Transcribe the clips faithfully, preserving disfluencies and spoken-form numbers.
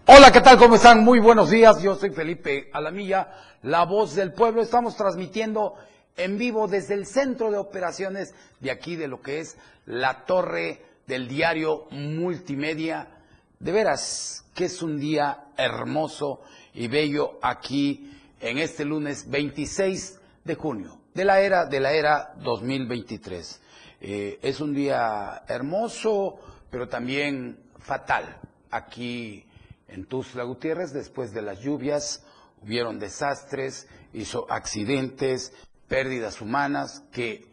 Hola, ¿qué tal? ¿Cómo están? Muy buenos días. Yo soy Felipe Alamilla, la voz del pueblo. Estamos transmitiendo en vivo desde el centro de operaciones de aquí, de lo que es la torre del diario multimedia. De veras que es un día hermoso y bello aquí en este lunes veintiséis de junio de la era de la era dos mil veintitrés. Eh, es un día hermoso, pero también fatal aquí en Tuxtla Gutiérrez. Después de las lluvias hubieron desastres, hizo accidentes, pérdidas humanas, que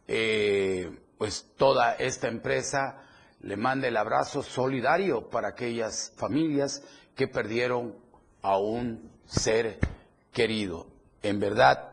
eh, pues toda esta empresa le manda el abrazo solidario para aquellas familias que perdieron a un ser querido. En verdad,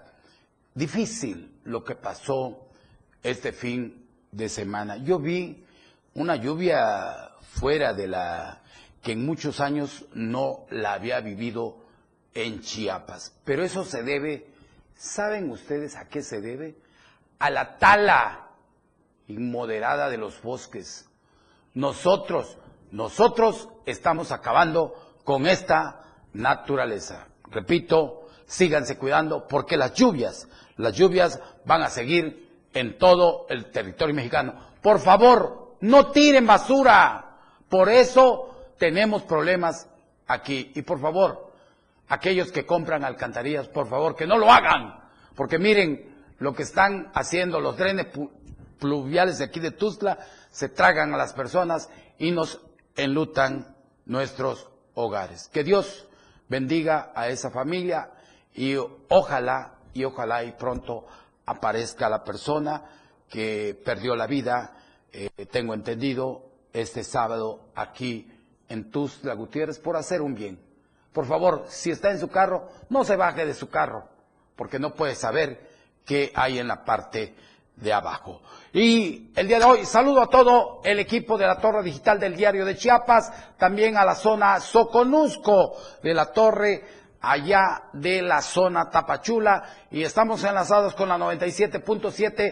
difícil lo que pasó este fin de semana. Yo vi una lluvia fuera de la que en muchos años no la había vivido en Chiapas. Pero eso se debe, ¿saben ustedes a qué se debe? A la tala inmoderada de los bosques. Nosotros, nosotros estamos acabando con esta naturaleza. Repito, síganse cuidando porque las lluvias, las lluvias van a seguir en todo el territorio mexicano. Por favor, no tiren basura. Por eso tenemos problemas aquí. Y por favor, aquellos que compran alcantarillas, por favor, que no lo hagan. Porque miren lo que están haciendo los drenes pluviales de aquí de Tuxtla. Se tragan a las personas y nos enlutan nuestros hogares. Que Dios bendiga a esa familia y ojalá, y ojalá y pronto aparezca la persona que perdió la vida, eh, tengo entendido, este sábado aquí en Tuxtla Gutiérrez por hacer un bien. Por favor, si está en su carro, no se baje de su carro, porque no puede saber qué hay en la parte de abajo. Y el día de hoy saludo a todo el equipo de la Torre Digital del Diario de Chiapas, también a la zona Soconusco de la Torre, allá de la zona Tapachula, y estamos enlazados con la noventa y siete punto siete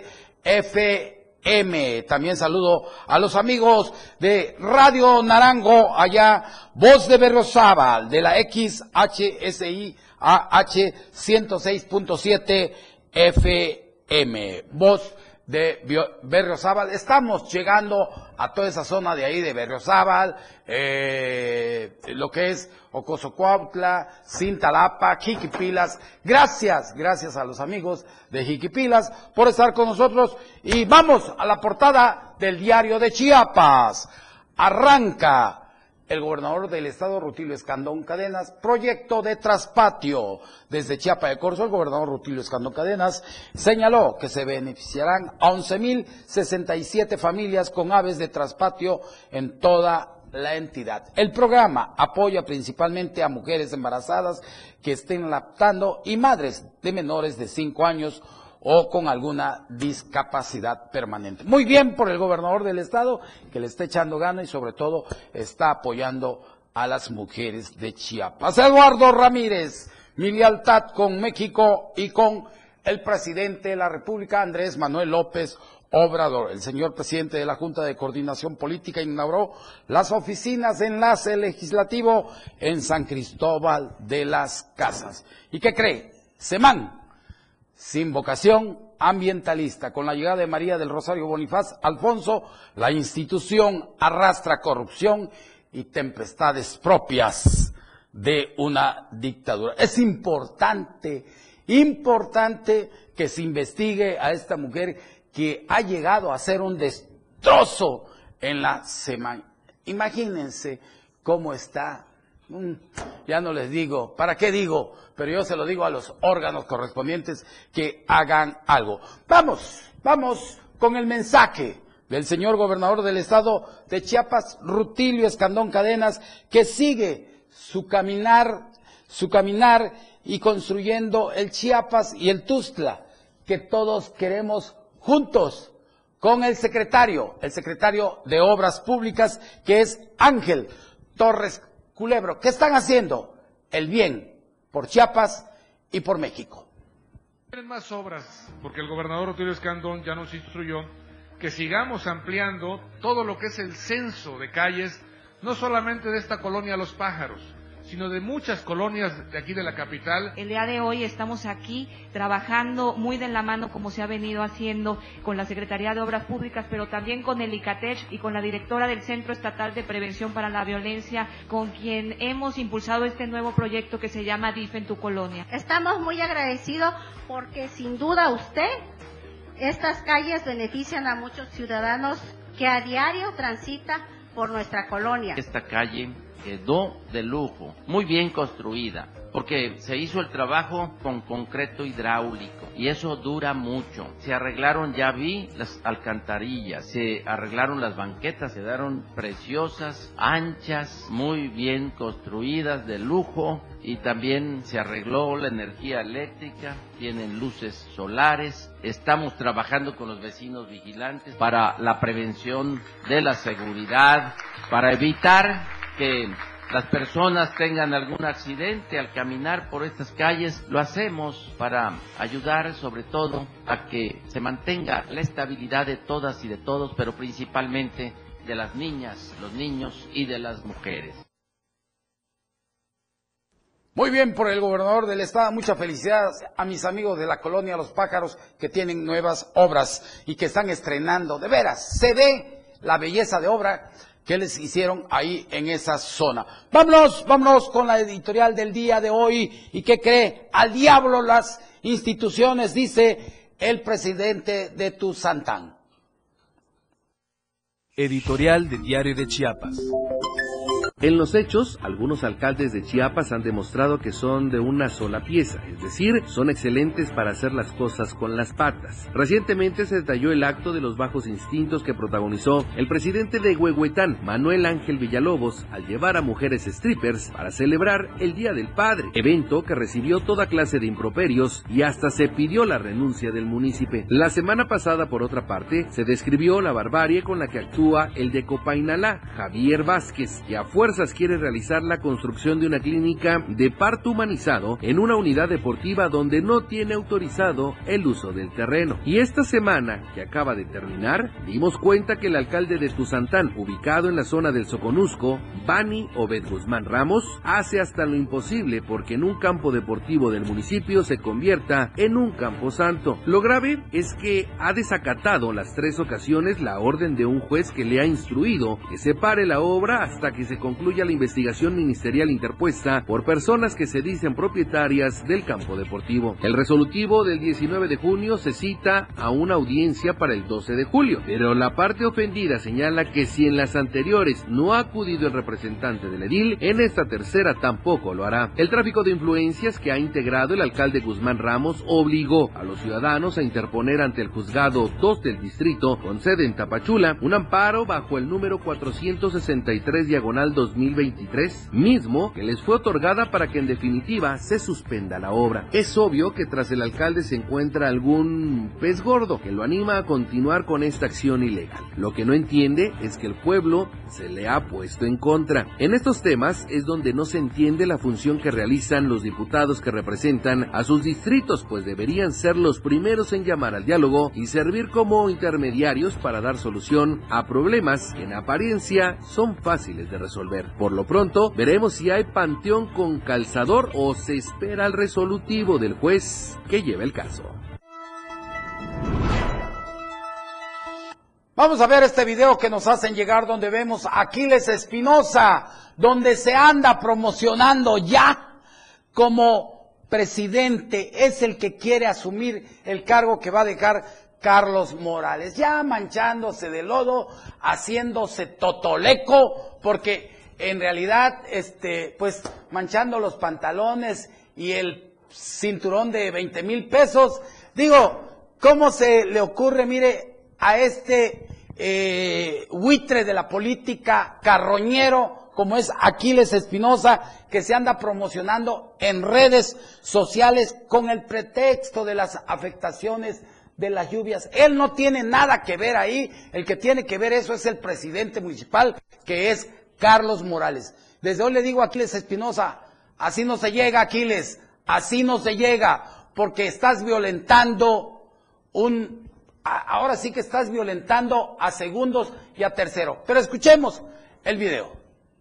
F M. También saludo a los amigos de Radio Naranjo, allá, Voz de Berriozábal, de la X H S I A H ciento seis punto siete F M. Voz de Berriozábal. Estamos llegando a toda esa zona de ahí de Berriozábal, eh, lo que es Ocosocuautla, Cintalapa, Jiquipilas. Gracias, gracias a los amigos de Jiquipilas por estar con nosotros. Y vamos a la portada del Diario de Chiapas. Arranca el gobernador del estado, Rutilio Escandón Cadenas, proyecto de traspatio. Desde Chiapa de Corzo, el gobernador Rutilio Escandón Cadenas señaló que se beneficiarán a once mil sesenta y siete familias con aves de traspatio en toda la entidad. El programa apoya principalmente a mujeres embarazadas que estén lactando y madres de menores de cinco años o con alguna discapacidad permanente. Muy bien por el gobernador del estado, que le está echando gana y sobre todo está apoyando a las mujeres de Chiapas. Eduardo Ramírez, mi lealtad con México y con el presidente de la República, Andrés Manuel López Obrador. El señor presidente de la Junta de Coordinación Política inauguró las oficinas de enlace legislativo en San Cristóbal de las Casas. ¿Y qué cree? Semán, sin vocación ambientalista. Con la llegada de María del Rosario Bonifaz Alfonso, la institución arrastra corrupción y tempestades propias de una dictadura. Es importante, importante que se investigue a esta mujer que ha llegado a ser un destrozo en la semana. Imagínense cómo está. Ya no les digo, ¿para qué digo? Pero yo se lo digo a los órganos correspondientes que hagan algo. Vamos, vamos con el mensaje del señor gobernador del estado de Chiapas, Rutilio Escandón Cadenas, que sigue su caminar, su caminar y construyendo el Chiapas y el Tuxtla, que todos queremos juntos, con el secretario, el secretario de Obras Públicas, que es Ángel Torres Culebro. ¿Qué están haciendo? El bien por Chiapas y por México. Tienen más obras, porque el gobernador Rutilio Escandón ya nos instruyó que sigamos ampliando todo lo que es el censo de calles no solamente de esta colonia Los Pájaros, sino de muchas colonias de aquí de la capital. El día de hoy estamos aquí trabajando muy de la mano, como se ha venido haciendo con la Secretaría de Obras Públicas, pero también con el ICATECH y con la directora del Centro Estatal de Prevención para la Violencia, con quien hemos impulsado este nuevo proyecto que se llama D I F en tu colonia. Estamos muy agradecidos porque sin duda usted, estas calles benefician a muchos ciudadanos que a diario transitan por nuestra colonia. Esta calle quedó de lujo, muy bien construida, porque se hizo el trabajo con concreto hidráulico y eso dura mucho. Se arreglaron, ya vi, las alcantarillas, se arreglaron las banquetas, quedaron preciosas, anchas, muy bien construidas, de lujo, y también se arregló la energía eléctrica, tienen luces solares. Estamos trabajando con los vecinos vigilantes para la prevención de la seguridad, para evitar que las personas tengan algún accidente al caminar por estas calles. Lo hacemos para ayudar sobre todo a que se mantenga la estabilidad de todas y de todos, pero principalmente de las niñas, los niños y de las mujeres. Muy bien por el gobernador del estado, mucha felicidad a mis amigos de la colonia Los Pájaros que tienen nuevas obras y que están estrenando. De veras, se ve la belleza de obra que les hicieron ahí en esa zona. Vámonos, vámonos con la editorial del día de hoy. ¿Y qué cree? Al diablo las instituciones, dice el presidente de Tuzantán. Editorial de Diario de Chiapas. En los hechos, algunos alcaldes de Chiapas han demostrado que son de una sola pieza, es decir, son excelentes para hacer las cosas con las patas. Recientemente se detalló el acto de los bajos instintos que protagonizó el presidente de Huehuetán, Manuel Ángel Villalobos, al llevar a mujeres strippers para celebrar el Día del Padre, evento que recibió toda clase de improperios y hasta se pidió la renuncia del munícipe. La semana pasada, por otra parte, se describió la barbarie con la que actúa el de Copainalá, Javier Vázquez, que a fuerzas quiere realizar la construcción de una clínica de parto humanizado en una unidad deportiva donde no tiene autorizado el uso del terreno. Y esta semana, que acaba de terminar, dimos cuenta que el alcalde de Tuzantán, ubicado en la zona del Soconusco, Bani Obed Guzmán Ramos, hace hasta lo imposible porque en un campo deportivo del municipio se convierta en un camposanto. Lo grave es que ha desacatado las tres ocasiones la orden de un juez que le ha instruido que se pare la obra hasta que se concluya la investigación ministerial interpuesta por personas que se dicen propietarias del campo deportivo. El resolutivo del diecinueve de junio se cita a una audiencia para el doce de julio, pero la parte ofendida señala que si en las anteriores no ha acudido el representante del edil, en esta tercera tampoco lo hará. El tráfico de influencias que ha integrado el alcalde Guzmán Ramos obligó a los ciudadanos a interponer ante el juzgado dos del distrito, con sede en Tapachula, un amparo bajo el número cuatrocientos sesenta y tres diagonal dos mil veintitrés, mismo que les fue otorgada para que en definitiva se suspenda la obra. Es obvio que tras el alcalde se encuentra algún pez gordo que lo anima a continuar con esta acción ilegal. Lo que no entiende es que el pueblo se le ha puesto en contra. En estos temas es donde no se entiende la función que realizan los diputados que representan a sus distritos, pues deberían ser los primeros en llamar al diálogo y servir como intermediarios para dar solución a problemas que en apariencia son fáciles de resolver. Por lo pronto, veremos si hay panteón con calzador o se espera el resolutivo del juez que lleva el caso. Vamos a ver este video que nos hacen llegar donde vemos a Aquiles Espinosa, donde se anda promocionando ya como presidente. Es el que quiere asumir el cargo que va a dejar Carlos Morales, ya manchándose de lodo, haciéndose totoleco, porque en realidad, este, pues, manchando los pantalones y el cinturón de veinte mil pesos. Digo, ¿cómo se le ocurre, mire, a este eh, buitre de la política carroñero, como es Aquiles Espinosa, que se anda promocionando en redes sociales con el pretexto de las afectaciones de las lluvias? Él no tiene nada que ver ahí, el que tiene que ver eso es el presidente municipal, que es Carlos Morales. Desde hoy le digo a Aquiles Espinosa, así no se llega, Aquiles, así no se llega, porque estás violentando un, ahora sí que estás violentando a segundos y a tercero. Pero escuchemos el video.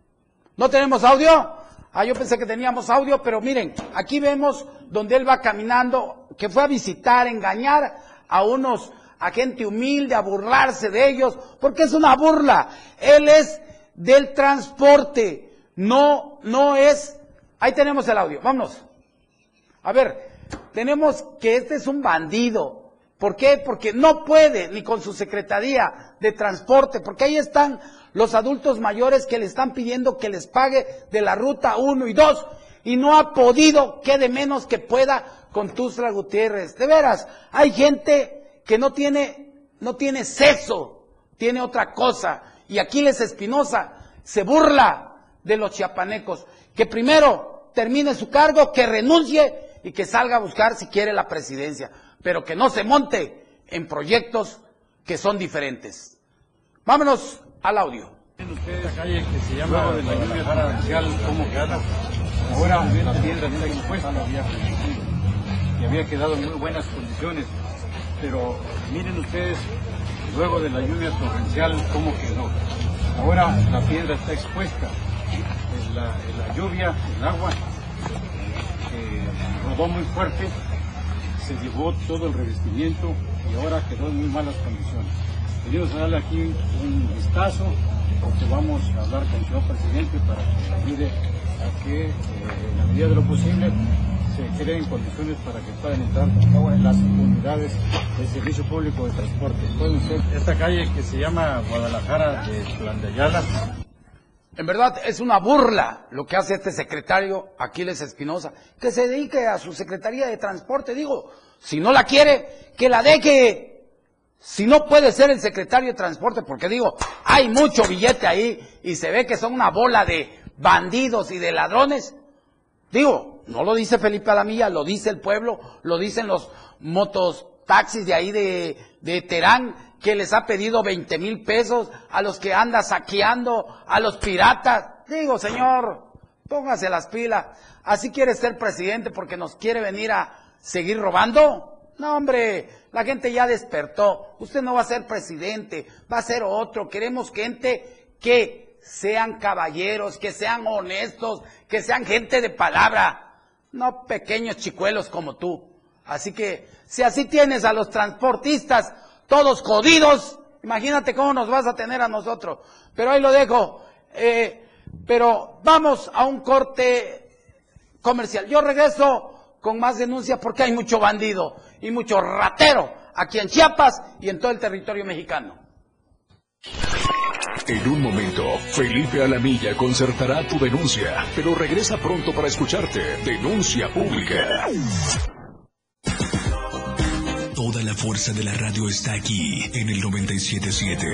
¿No tenemos audio? Ah, yo pensé que teníamos audio, pero miren, aquí vemos donde él va caminando, que fue a visitar, engañar a unos, a gente humilde, a burlarse de ellos, porque es una burla. Él es del transporte, no, no es... Ahí tenemos el audio, vámonos. A ver, tenemos que este es un bandido. ¿Por qué? Porque no puede ni con su Secretaría de Transporte, porque ahí están los adultos mayores que le están pidiendo que les pague de la ruta uno y dos, y no ha podido, que de menos que pueda con Tuxtla Gutiérrez. De veras, hay gente que no tiene, no tiene seso, tiene otra cosa, y Aquiles Espinosa se burla de los chiapanecos. Que primero termine su cargo, que renuncie y que salga a buscar si quiere la presidencia, pero que no se monte en proyectos que son diferentes. Vámonos al audio. Esta calle que se llama de la lluvia torrencial, ¿cómo queda? Ahora la piedra está expuesta, y había quedado en muy buenas condiciones, pero miren ustedes, luego de la lluvia torrencial, ¿cómo quedó? Ahora la piedra está expuesta, la, la lluvia, el agua, que rodó muy fuerte, se llevó todo el revestimiento y ahora quedó en muy malas condiciones. Queríamos darle aquí un vistazo, porque vamos a hablar con el señor presidente para que ayude a que, eh, en la medida de lo posible, se creen condiciones para que puedan entrar en las unidades del Servicio Público de Transporte. Pueden ser esta calle que se llama Guadalajara de Plan de Ayala. En verdad es una burla lo que hace este secretario Aquiles Espinosa, que se dedique a su Secretaría de Transporte. Digo, si no la quiere, que la deje. Si no puede ser el secretario de Transporte, porque digo, hay mucho billete ahí y se ve que son una bola de bandidos y de ladrones. Digo, no lo dice Felipe Alamilla, lo dice el pueblo, lo dicen los mototaxis de ahí de, de Terán, que les ha pedido veinte mil pesos a los que anda saqueando, a los piratas. Digo, señor, póngase las pilas. ¿Así quiere ser presidente porque nos quiere venir a seguir robando? No, hombre, la gente ya despertó. Usted no va a ser presidente, va a ser otro. Queremos gente que sean caballeros, que sean honestos, que sean gente de palabra, no pequeños chicuelos como tú. Así que, si así tienes a los transportistas todos jodidos, imagínate cómo nos vas a tener a nosotros. Pero ahí lo dejo. Eh, pero vamos a un corte comercial. Yo regreso con más denuncias porque hay mucho bandido y mucho ratero aquí en Chiapas y en todo el territorio mexicano. En un momento, Felipe Alamilla concertará tu denuncia, pero regresa pronto para escucharte. Denuncia Pública. Toda la fuerza de la radio está aquí, en el noventa y siete punto siete.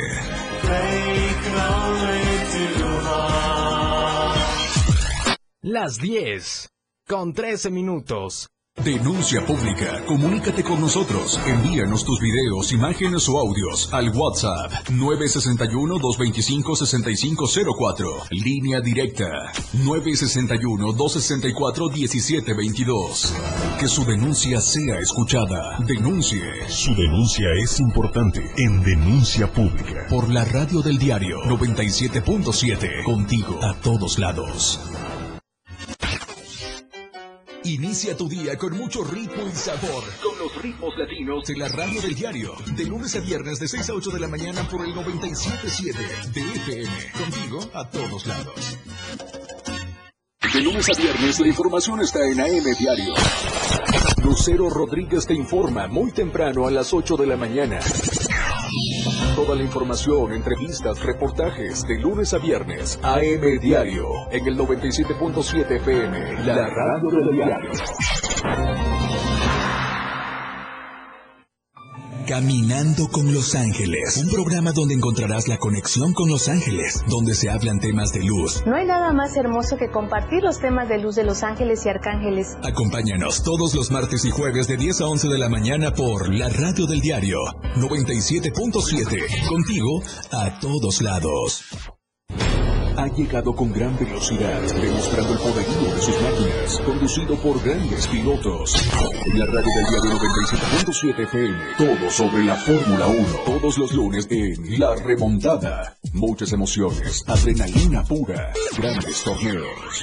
Las diez, con trece minutos. Denuncia Pública. Comunícate con nosotros. Envíanos tus videos, imágenes o audios al WhatsApp nueve seis uno, dos dos cinco, seis cinco cero cuatro. Línea directa nueve seis uno, dos seis cuatro, uno siete dos dos. Que su denuncia sea escuchada. Denuncie. Su denuncia es importante en Denuncia Pública. Por la radio del diario noventa y siete punto siete. Contigo a todos lados. Inicia tu día con mucho ritmo y sabor, con los ritmos latinos de la radio del diario, de lunes a viernes de seis a ocho de la mañana por el noventa y siete punto siete de F M, contigo a todos lados. De lunes a viernes la información está en A M Diario. Lucero Rodríguez te informa muy temprano a las ocho de la mañana. Toda la información, entrevistas, reportajes, de lunes a viernes, A M Diario, en el noventa y siete punto siete F M, la radio del diario. Caminando con Los Ángeles, un programa donde encontrarás la conexión con Los Ángeles, donde se hablan temas de luz. No hay nada más hermoso que compartir los temas de luz de Los Ángeles y Arcángeles. Acompáñanos todos los martes y jueves de diez a once de la mañana por la radio del diario noventa y siete punto siete, contigo a todos lados. Ha llegado con gran velocidad, demostrando el poderío de sus máquinas, conducido por grandes pilotos. En la radio del diario noventa y siete punto siete F M, todo sobre la Fórmula uno, todos los lunes en La Remontada. Muchas emociones, adrenalina pura, grandes torneos.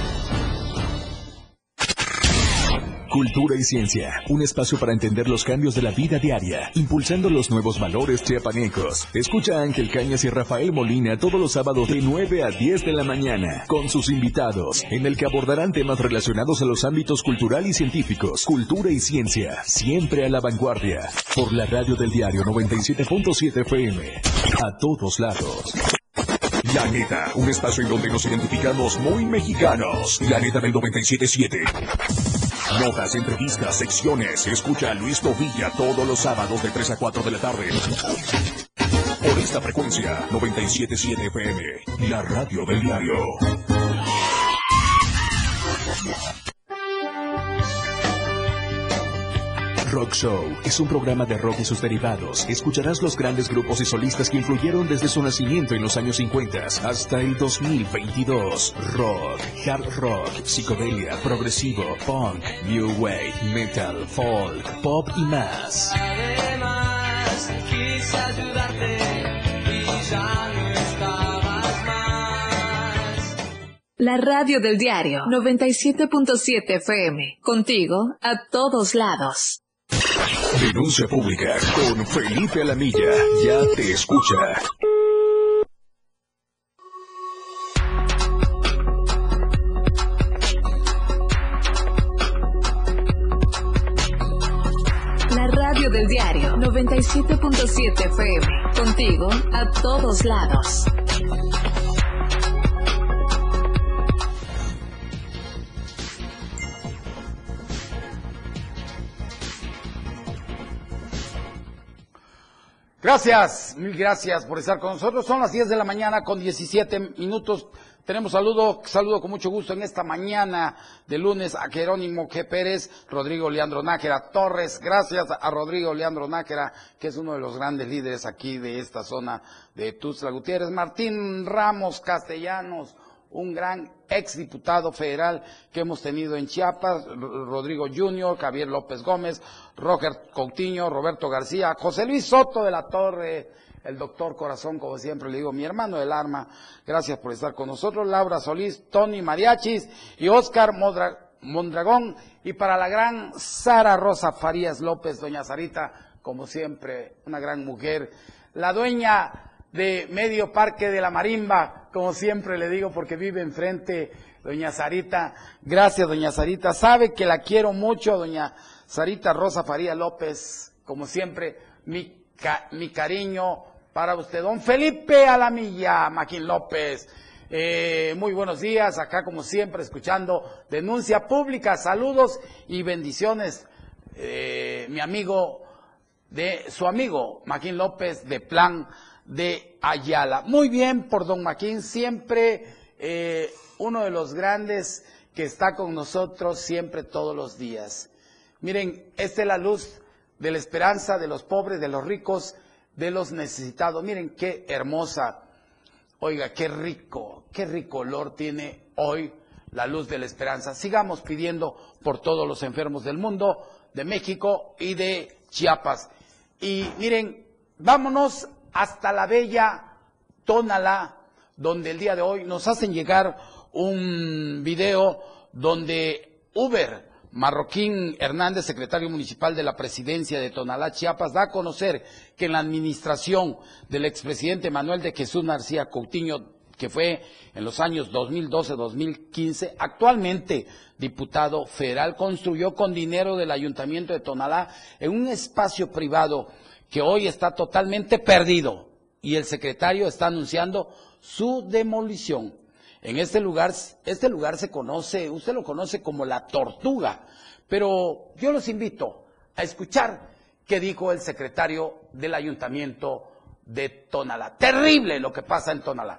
Cultura y ciencia, un espacio para entender los cambios de la vida diaria, impulsando los nuevos valores chiapanecos. Escucha a Ángel Cañas y Rafael Molina todos los sábados de nueve a diez de la mañana, con sus invitados, en el que abordarán temas relacionados a los ámbitos cultural y científicos. Cultura y ciencia, siempre a la vanguardia, por la radio del diario noventa y siete punto siete F M, a todos lados. La Neta, un espacio en donde nos identificamos muy mexicanos. La Neta del noventa y siete punto siete. Notas, entrevistas, secciones. Escucha a Luis Tovilla todos los sábados de tres a cuatro de la tarde. Por esta frecuencia, noventa y siete punto siete F M, la radio del diario. Rock Show es un programa de rock y sus derivados. Escucharás los grandes grupos y solistas que influyeron desde su nacimiento en los años cincuenta hasta el dos mil veintidós. Rock, hard rock, psicodelia, progresivo, punk, new wave, metal, folk, pop y más. Además, quise ayudarte y ya no estabas más. La radio del diario noventa y siete punto siete F M. Contigo a todos lados. Denuncia pública con Felipe Alamilla. Ya te escucha. La radio del diario noventa y siete punto siete F M. Contigo a todos lados. Gracias, mil gracias por estar con nosotros. Son las diez de la mañana con diecisiete minutos. Tenemos saludo, saludo con mucho gusto en esta mañana de lunes a Jerónimo G. Pérez, Rodrigo Leandro Nájera Torres. Gracias a Rodrigo Leandro Nájera, que es uno de los grandes líderes aquí de esta zona de Tuxtla Gutiérrez. Martín Ramos Castellanos, un gran exdiputado federal que hemos tenido en Chiapas, Rodrigo Junior, Javier López Gómez, Roger Coutinho, Roberto García, José Luis Soto de la Torre, el doctor Corazón, como siempre le digo, mi hermano del alma, gracias por estar con nosotros, Laura Solís, Tony Mariachis y Oscar Modra, Mondragón, y para la gran Sara Rosa Farías López, doña Sarita, como siempre, una gran mujer, la dueña de Medio Parque de la Marimba, como siempre le digo, porque vive enfrente, doña Sarita. Gracias, doña Sarita. Sabe que la quiero mucho, doña Sarita Rosa Faría López. Como siempre, mi, ca mi cariño para usted. Don Felipe Alamilla, Maquín López. Eh, muy buenos días, acá como siempre, escuchando Denuncia Pública. Saludos y bendiciones, eh, mi amigo, de su amigo, Maquín López, de Plan de Ayala. Muy bien por don Maquín, siempre eh, uno de los grandes que está con nosotros siempre todos los días. Miren, esta es la luz de la esperanza de los pobres, de los ricos, de los necesitados. Miren qué hermosa, oiga, qué rico, qué rico olor tiene hoy la luz de la esperanza. Sigamos pidiendo por todos los enfermos del mundo, de México y de Chiapas. Y miren, vámonos hasta la bella Tonalá, donde el día de hoy nos hacen llegar un video donde Uber Marroquín Hernández, secretario municipal de la presidencia de Tonalá, Chiapas, da a conocer que en la administración del expresidente Manuel de Jesús García Coutinho, que fue en los años dos mil doce a dos mil quince, actualmente diputado federal, construyó con dinero del ayuntamiento de Tonalá en un espacio privado que hoy está totalmente perdido, y el secretario está anunciando su demolición. En este lugar, este lugar se conoce, usted lo conoce como La Tortuga, pero yo los invito a escuchar qué dijo el secretario del ayuntamiento de Tonalá. Terrible lo que pasa en Tonalá.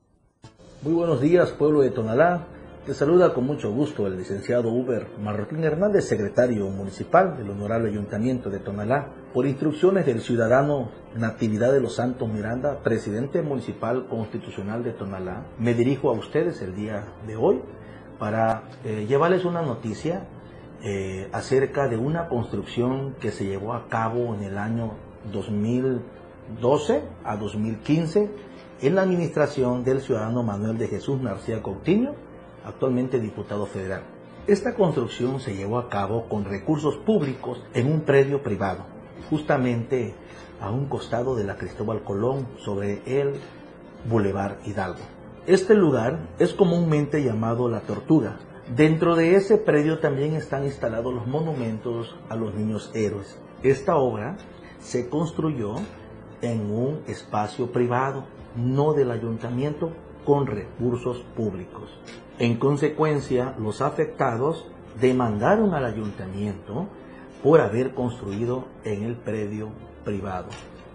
Muy buenos días, pueblo de Tonalá. Te saluda con mucho gusto el licenciado Uber Marroquín Hernández, secretario municipal del honorable ayuntamiento de Tonalá. Por instrucciones del ciudadano Natividad de los Santos Miranda, presidente municipal constitucional de Tonalá, me dirijo a ustedes el día de hoy para eh, llevarles una noticia eh, acerca de una construcción que se llevó a cabo en el año dos mil doce a dos mil quince en la administración del ciudadano Manuel de Jesús Narcía Coutinho, actualmente diputado federal. Esta construcción se llevó a cabo con recursos públicos en un predio privado, justamente a un costado de la Cristóbal Colón, sobre el Boulevard Hidalgo. Este lugar es comúnmente llamado La Tortuga. Dentro de ese predio también están instalados los monumentos a los niños héroes. Esta obra se construyó en un espacio privado, no del ayuntamiento, con recursos públicos. En consecuencia, los afectados demandaron al ayuntamiento por haber construido en el predio privado.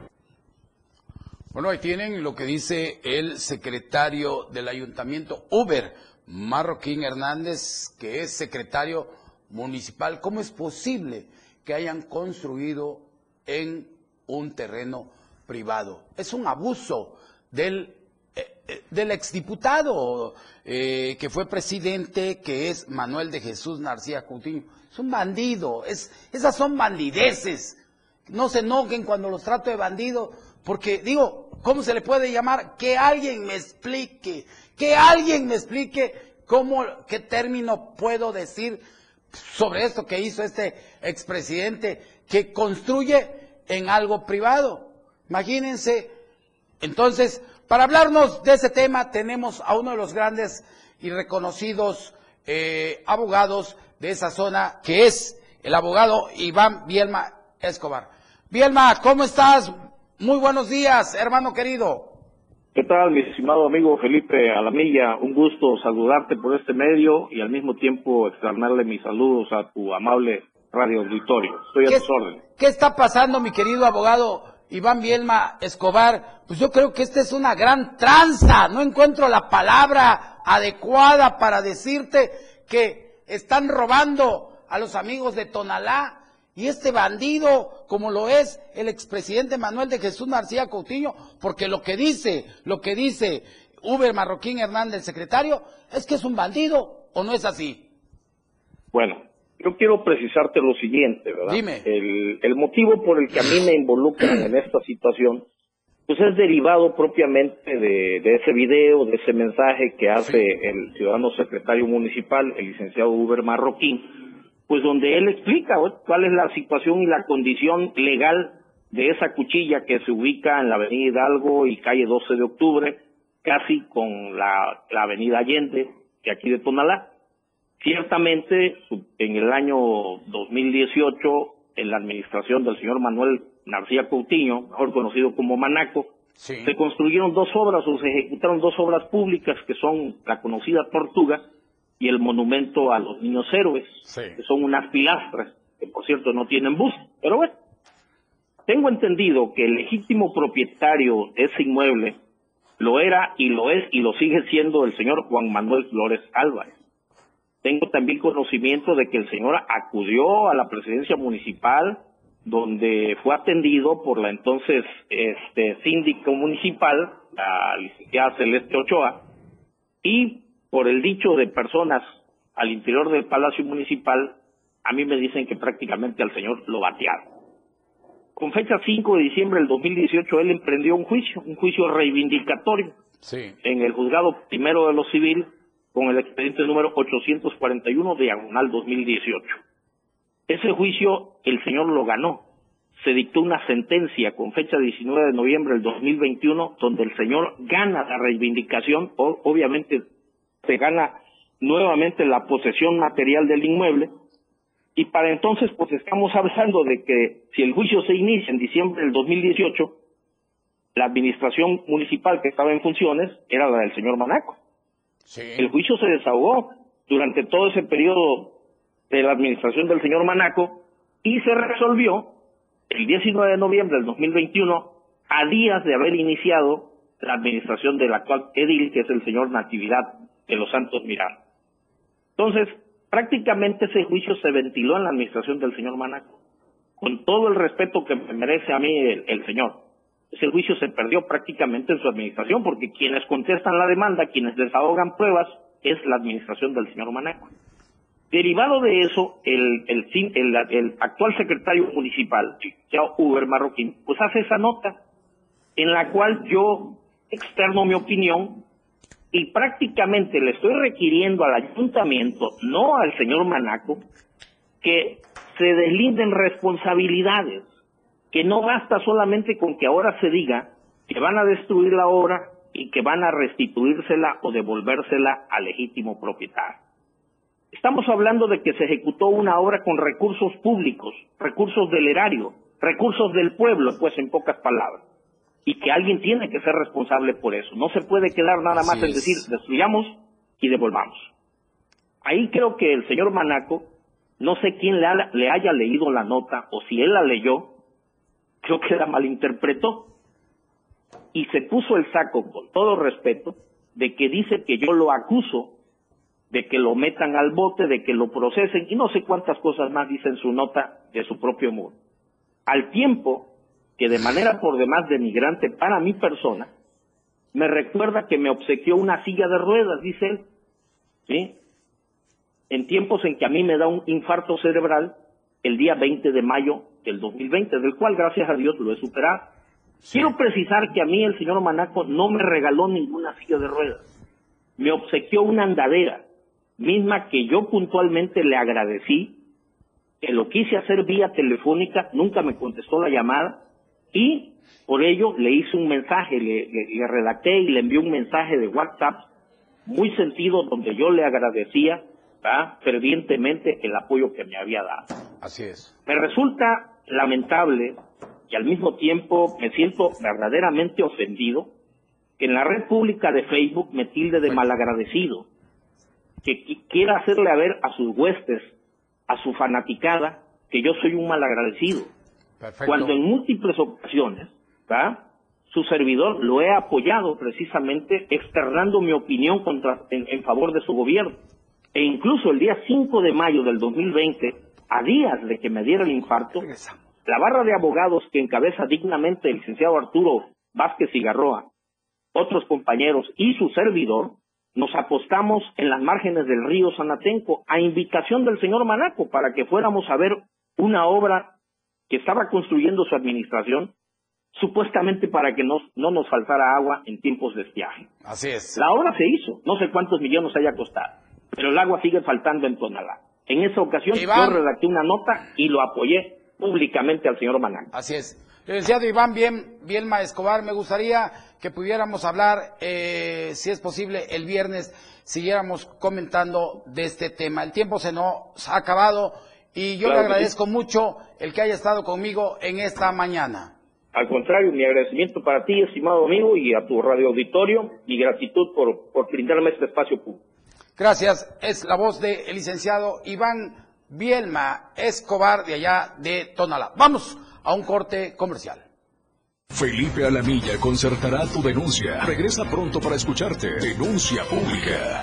Bueno, ahí tienen lo que dice el secretario del ayuntamiento, Uber Marroquín Hernández, que es secretario municipal. ¿Cómo es posible que hayan construido en un terreno privado? Es un abuso del del exdiputado eh, que fue presidente, que es Manuel de Jesús Narcía Coutinho. Es un bandido, es, esas son bandideces. No se enojen cuando los trato de bandido, porque digo, ¿cómo se le puede llamar? Que alguien me explique, que alguien me explique cómo, qué término puedo decir sobre esto que hizo este expresidente, que construye en algo privado. Imagínense. Entonces, para hablarnos de ese tema tenemos a uno de los grandes y reconocidos eh, abogados de esa zona, que es el abogado Iván Bielma Escobar. Bielma, ¿cómo estás? Muy buenos días, hermano querido. ¿Qué tal, mi estimado amigo Felipe Alamilla? Un gusto saludarte por este medio y al mismo tiempo externarle mis saludos a tu amable radio auditorio. Estoy a tus órdenes. ¿Qué está pasando, mi querido abogado Iván Bielma Escobar? Pues yo creo que esta es una gran tranza. No encuentro la palabra adecuada para decirte que están robando a los amigos de Tonalá. Y este bandido, como lo es el expresidente Manuel de Jesús Narcía Coutinho, porque lo que dice, lo que dice Uber Marroquín Hernández, el secretario, es que es un bandido, ¿o no es así? Bueno, yo quiero precisarte lo siguiente, ¿verdad? Dime. El, el motivo por el que a mí me involucran en esta situación, pues es derivado propiamente de, de ese video, de ese mensaje que hace el ciudadano secretario municipal, el licenciado Uber Marroquín, pues donde él explica ¿eh? cuál es la situación y la condición legal de esa cuchilla que se ubica en la avenida Hidalgo y calle doce de octubre, casi con la, la avenida Allende, que aquí de Tonalá. Ciertamente, en el año dos mil dieciocho, en la administración del señor Manuel Narcía Coutinho, mejor conocido como Manaco, sí. se construyeron dos obras o se ejecutaron dos obras públicas que son la conocida Tortuga y el monumento a los niños héroes, sí. que son unas pilastras, que por cierto no tienen bus, pero bueno, tengo entendido que el legítimo propietario de ese inmueble lo era y lo es y lo sigue siendo el señor Juan Manuel Flores Álvarez. Tengo también conocimiento de que el señor acudió a la presidencia municipal, donde fue atendido por la entonces este síndico municipal, la licenciada Celeste Ochoa, y por el dicho de personas al interior del Palacio Municipal, a mí me dicen que prácticamente al señor lo batearon. Con fecha cinco de diciembre del dos mil dieciocho, él emprendió un juicio, un juicio reivindicatorio, sí. en el juzgado primero de lo civil, con el expediente número ochocientos cuarenta y uno, diagonal dos mil dieciocho. Ese juicio el señor lo ganó. Se dictó una sentencia con fecha diecinueve de noviembre del dos mil veintiuno, donde el señor gana la reivindicación, o, obviamente se gana nuevamente la posesión material del inmueble, y para entonces pues estamos hablando de que si el juicio se inicia en diciembre del dos mil dieciocho, la administración municipal que estaba en funciones era la del señor Manaco. Sí. El juicio se desahogó durante todo ese periodo de la administración del señor Manaco y se resolvió el diecinueve de noviembre del dos mil veintiuno, a días de haber iniciado la administración del actual edil, que es el señor Natividad de los Santos Miranda. Entonces, prácticamente ese juicio se ventiló en la administración del señor Manaco, con todo el respeto que me merece a mí el, el señor. Ese juicio se perdió prácticamente en su administración, porque quienes contestan la demanda, quienes desahogan pruebas, es la administración del señor Manaco. Derivado de eso, el, el, el, el actual secretario municipal, Uber Marroquín, pues hace esa nota, en la cual yo externo mi opinión y prácticamente le estoy requiriendo al ayuntamiento, no al señor Manaco, que se deslinden responsabilidades, que no basta solamente con que ahora se diga que van a destruir la obra y que van a restituírsela o devolvérsela al legítimo propietario. Estamos hablando de que se ejecutó una obra con recursos públicos, recursos del erario, recursos del pueblo, pues en pocas palabras, y que alguien tiene que ser responsable por eso. No se puede quedar nada más en decir, destruyamos y devolvamos. Ahí creo que el señor Manaco, no sé quién le, ha, le haya leído la nota, o si él la leyó, creo que la malinterpretó, y se puso el saco, con todo respeto, de que dice que yo lo acuso, de que lo metan al bote, de que lo procesen, y no sé cuántas cosas más dice en su nota de su propio modo. Al tiempo que de manera por demás denigrante para mi persona, me recuerda que me obsequió una silla de ruedas, dice él, ¿sí? En tiempos en que a mí me da un infarto cerebral el día veinte de mayo del dos mil veinte, del cual gracias a Dios lo he superado. Sí. Quiero precisar que a mí el señor Manaco no me regaló ninguna silla de ruedas, me obsequió una andadera, misma que yo puntualmente le agradecí, que lo quise hacer vía telefónica, nunca me contestó la llamada, y por ello le hice un mensaje, le, le, le redacté y le envié un mensaje de WhatsApp muy sentido donde yo le agradecía, ¿verdad?, fervientemente el apoyo que me había dado. Así es. Me resulta lamentable y al mismo tiempo me siento verdaderamente ofendido que en la red pública de Facebook me tilde de malagradecido, que quiera hacerle a ver a sus huestes, a su fanaticada, que yo soy un malagradecido. Perfecto. Cuando en múltiples ocasiones, ¿verdad?, su servidor lo he apoyado precisamente externando mi opinión contra, en, en favor de su gobierno. E incluso el día cinco de mayo del dos mil veinte, a días de que me diera el infarto, la barra de abogados que encabeza dignamente el licenciado Arturo Vázquez Cigarroa, otros compañeros y su servidor, nos apostamos en las márgenes del río Sanatenco a invitación del señor Manaco para que fuéramos a ver una obra que estaba construyendo su administración, supuestamente para que nos, no nos faltara agua en tiempos de estiaje. Así es. La obra se hizo, no sé cuántos millones haya costado, pero el agua sigue faltando en Tonalá. En esa ocasión Iván, yo redacté una nota y lo apoyé públicamente al señor Manaco. Así es. Licenciado Iván Bien, Bielma Escobar, me gustaría que pudiéramos hablar, eh, si es posible, el viernes, siguiéramos comentando de este tema. El tiempo se nos ha acabado y yo claro le agradezco sí. mucho el que haya estado conmigo en esta mañana. Al contrario, mi agradecimiento para ti, estimado amigo, y a tu radio auditorio, y gratitud por, por brindarme este espacio público. Gracias. Es la voz del licenciado Iván Bielma Escobar, de allá de Tonalá. Vamos a un corte comercial. Felipe Alamilla concertará tu denuncia. Regresa pronto para escucharte. Denuncia pública.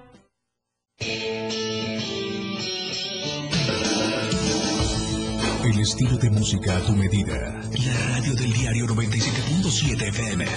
El estilo de música a tu medida. La radio del diario noventa y siete punto siete F M.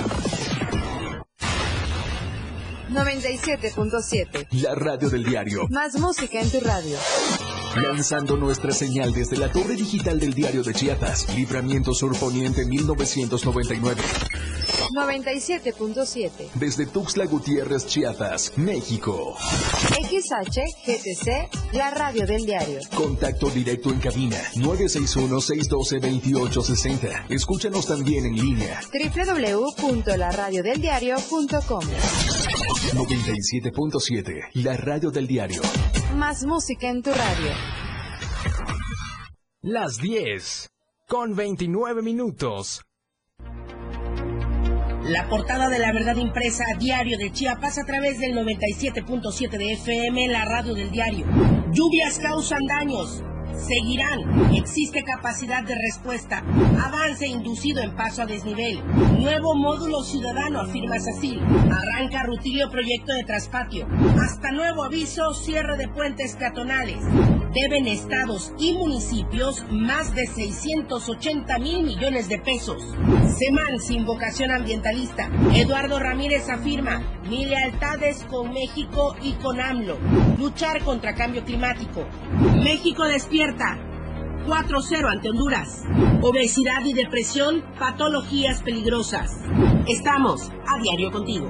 noventa y siete punto siete. La radio del diario. Más música en tu radio. Lanzando nuestra señal desde la torre digital del diario de Chiapas, Libramiento Sur Poniente mil novecientos noventa y nueve. noventa y siete punto siete. Desde Tuxtla Gutiérrez, Chiapas, México. X H G T C, la radio del diario. Contacto directo en cabina nueve seis uno, seis uno dos, dos ocho seis cero. Escúchanos también en línea doble u doble u doble u punto la radio del diario punto com. noventa y siete punto siete, la radio del diario. Más música en tu radio. Las diez, con veintinueve minutos. La portada de La Verdad impresa a Diario de Chiapas a través del noventa y siete punto siete de F M, la radio del diario. Lluvias causan daños. Seguirán. Existe capacidad de respuesta. Avance inducido en paso a desnivel. Nuevo módulo ciudadano, afirma SACIL. Arranca Rutilio proyecto de traspatio. Hasta nuevo aviso, cierre de puentes peatonales. Deben estados y municipios más de seiscientos ochenta mil millones de pesos. Seman sin vocación ambientalista. Eduardo Ramírez afirma, mi lealtad es con México y con AMLO. Luchar contra cambio climático. México despierta. cuatro cero ante Honduras. Obesidad y depresión, patologías peligrosas. Estamos a diario contigo.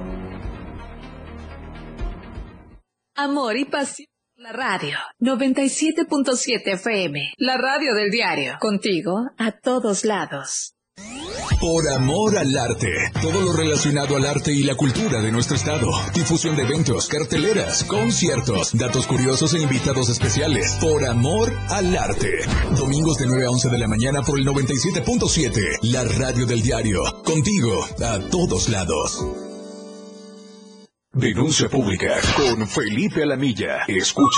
Amor y pasión. La radio noventa y siete punto siete F M. La radio del diario. Contigo a todos lados. Por amor al arte. Todo lo relacionado al arte y la cultura de nuestro estado. Difusión de eventos, carteleras, conciertos, datos curiosos e invitados especiales. Por amor al arte. Domingos de nueve a once de la mañana por el noventa y siete punto siete. La radio del diario. Contigo a todos lados. Denuncia pública con Felipe Alamilla. Escucha.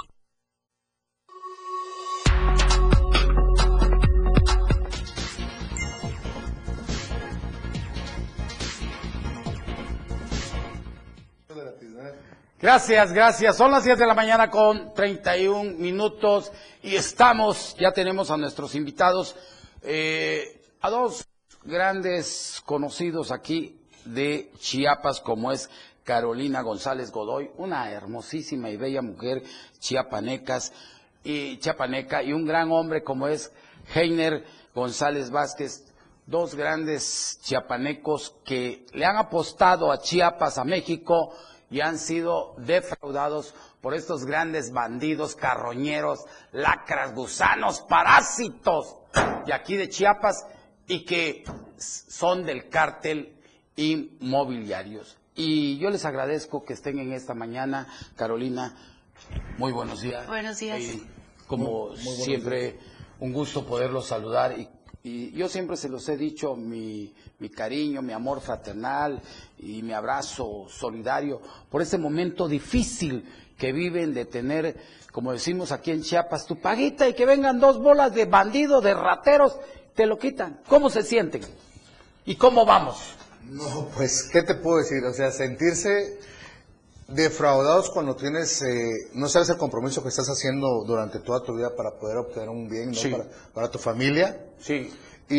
Gracias, gracias. Son las diez de la mañana con treinta y un minutos y estamos, ya tenemos a nuestros invitados, eh, a dos grandes conocidos aquí de Chiapas, como es Carolina González Godoy, una hermosísima y bella mujer chiapanecas y chiapaneca, y un gran hombre como es Heiner González Vázquez, dos grandes chiapanecos que le han apostado a Chiapas, a México, y han sido defraudados por estos grandes bandidos, carroñeros, lacras, gusanos, parásitos de aquí de Chiapas y que son del cártel inmobiliarios. Y yo les agradezco que estén en esta mañana. Carolina, muy buenos días. Buenos días. Y como muy, muy siempre, días. Un gusto poderlos saludar y Y yo siempre se los he dicho, mi, mi cariño, mi amor fraternal y mi abrazo solidario por este momento difícil que viven de tener, como decimos aquí en Chiapas, tu paguita y que vengan dos bolas de bandidos, de rateros, te lo quitan. ¿Cómo se sienten? ¿Y cómo vamos? No, pues, ¿qué te puedo decir? O sea, sentirse defraudados cuando tienes, eh, no sabes el compromiso que estás haciendo durante toda tu vida para poder obtener un bien, ¿no? Sí. Para, para tu familia. Sí.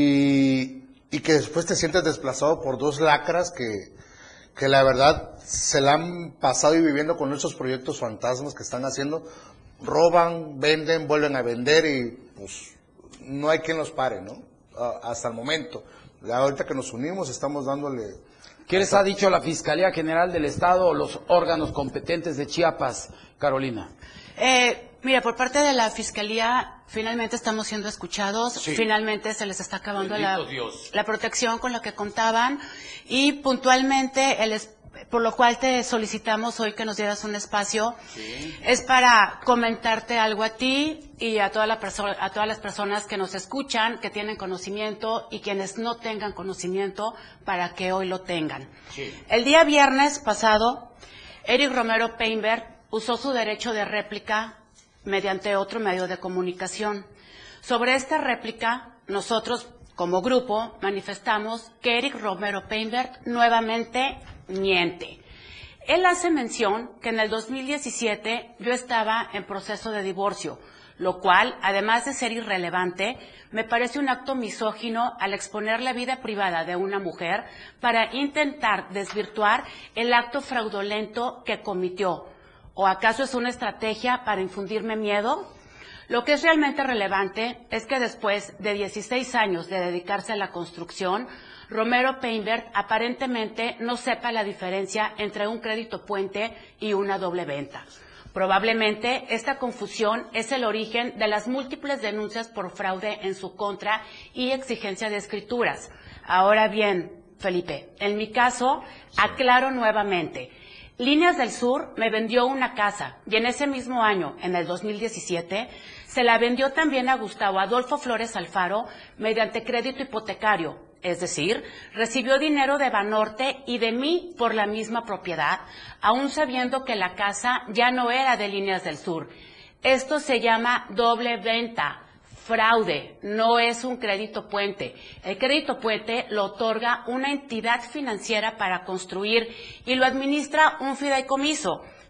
Y, y que después te sientes desplazado por dos lacras que, que la verdad se la han pasado y viviendo con esos proyectos fantasmas que están haciendo. Roban, venden, vuelven a vender y pues no hay quien los pare, ¿no? Uh, hasta el momento. Ya ahorita que nos unimos estamos dándole... ¿Qué les ha dicho la Fiscalía General del Estado o los órganos competentes de Chiapas, Carolina? Eh, mira, por parte de la Fiscalía, finalmente estamos siendo escuchados, sí. Finalmente se les está acabando la, la protección con la que contaban y puntualmente, el, por lo cual te solicitamos hoy que nos dieras un espacio, sí. Es para comentarte algo a ti y a, toda la a todas las personas que nos escuchan, que tienen conocimiento y quienes no tengan conocimiento para que hoy lo tengan. Sí. El día viernes pasado, Eric Romero Peinberg usó su derecho de réplica mediante otro medio de comunicación. Sobre esta réplica, nosotros como grupo manifestamos que Eric Romero Peinberg nuevamente miente. Él hace mención que en el dos mil diecisiete yo estaba en proceso de divorcio, lo cual, además de ser irrelevante, me parece un acto misógino al exponer la vida privada de una mujer para intentar desvirtuar el acto fraudulento que cometió. ¿O acaso es una estrategia para infundirme miedo? Lo que es realmente relevante es que después de dieciséis años de dedicarse a la construcción, Romero Peinberg aparentemente no sepa la diferencia entre un crédito puente y una doble venta. Probablemente esta confusión es el origen de las múltiples denuncias por fraude en su contra y exigencia de escrituras. Ahora bien, Felipe, en mi caso, aclaro nuevamente. Líneas del Sur me vendió una casa y en ese mismo año, en el dos mil diecisiete, se la vendió también a Gustavo Adolfo Flores Alfaro mediante crédito hipotecario, es decir, recibió dinero de Banorte y de mí por la misma propiedad, aún sabiendo que la casa ya no era de Líneas del Sur. Esto se llama doble venta. Fraude, no es un crédito puente. El crédito puente lo otorga una entidad financiera para construir y lo administra un fideicomiso.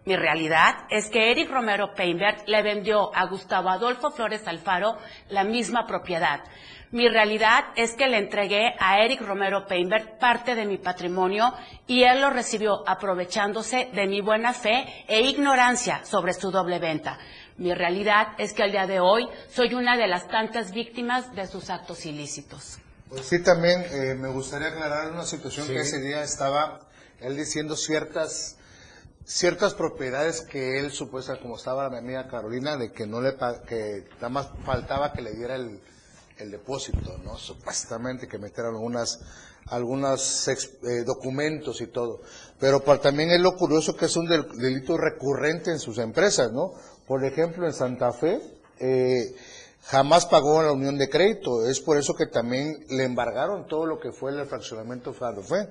Mi realidad es que Eric Romero Painberg le vendió a Gustavo Adolfo Flores Alfaro la misma propiedad. Mi realidad es que le entregué a Eric Romero Painberg parte de mi patrimonio y él lo recibió aprovechándose de mi buena fe e ignorancia sobre su doble venta. Mi realidad es que al día de hoy soy una de las tantas víctimas de sus actos ilícitos. Pues sí, también eh, me gustaría aclarar una situación Sí. que ese día estaba él diciendo ciertas ciertas propiedades que él supuesta, como estaba mi amiga Carolina, de que no le pa- que nada más faltaba que le diera el, el depósito, ¿no? Supuestamente que metieran algunas algunos ex- eh, documentos y todo. Pero para, también es lo curioso que es un del- delito recurrente en sus empresas, ¿no? Por ejemplo, en Santa Fe, eh, jamás pagó la unión de crédito. Es por eso que también le embargaron todo lo que fue el fraccionamiento Santa Fe.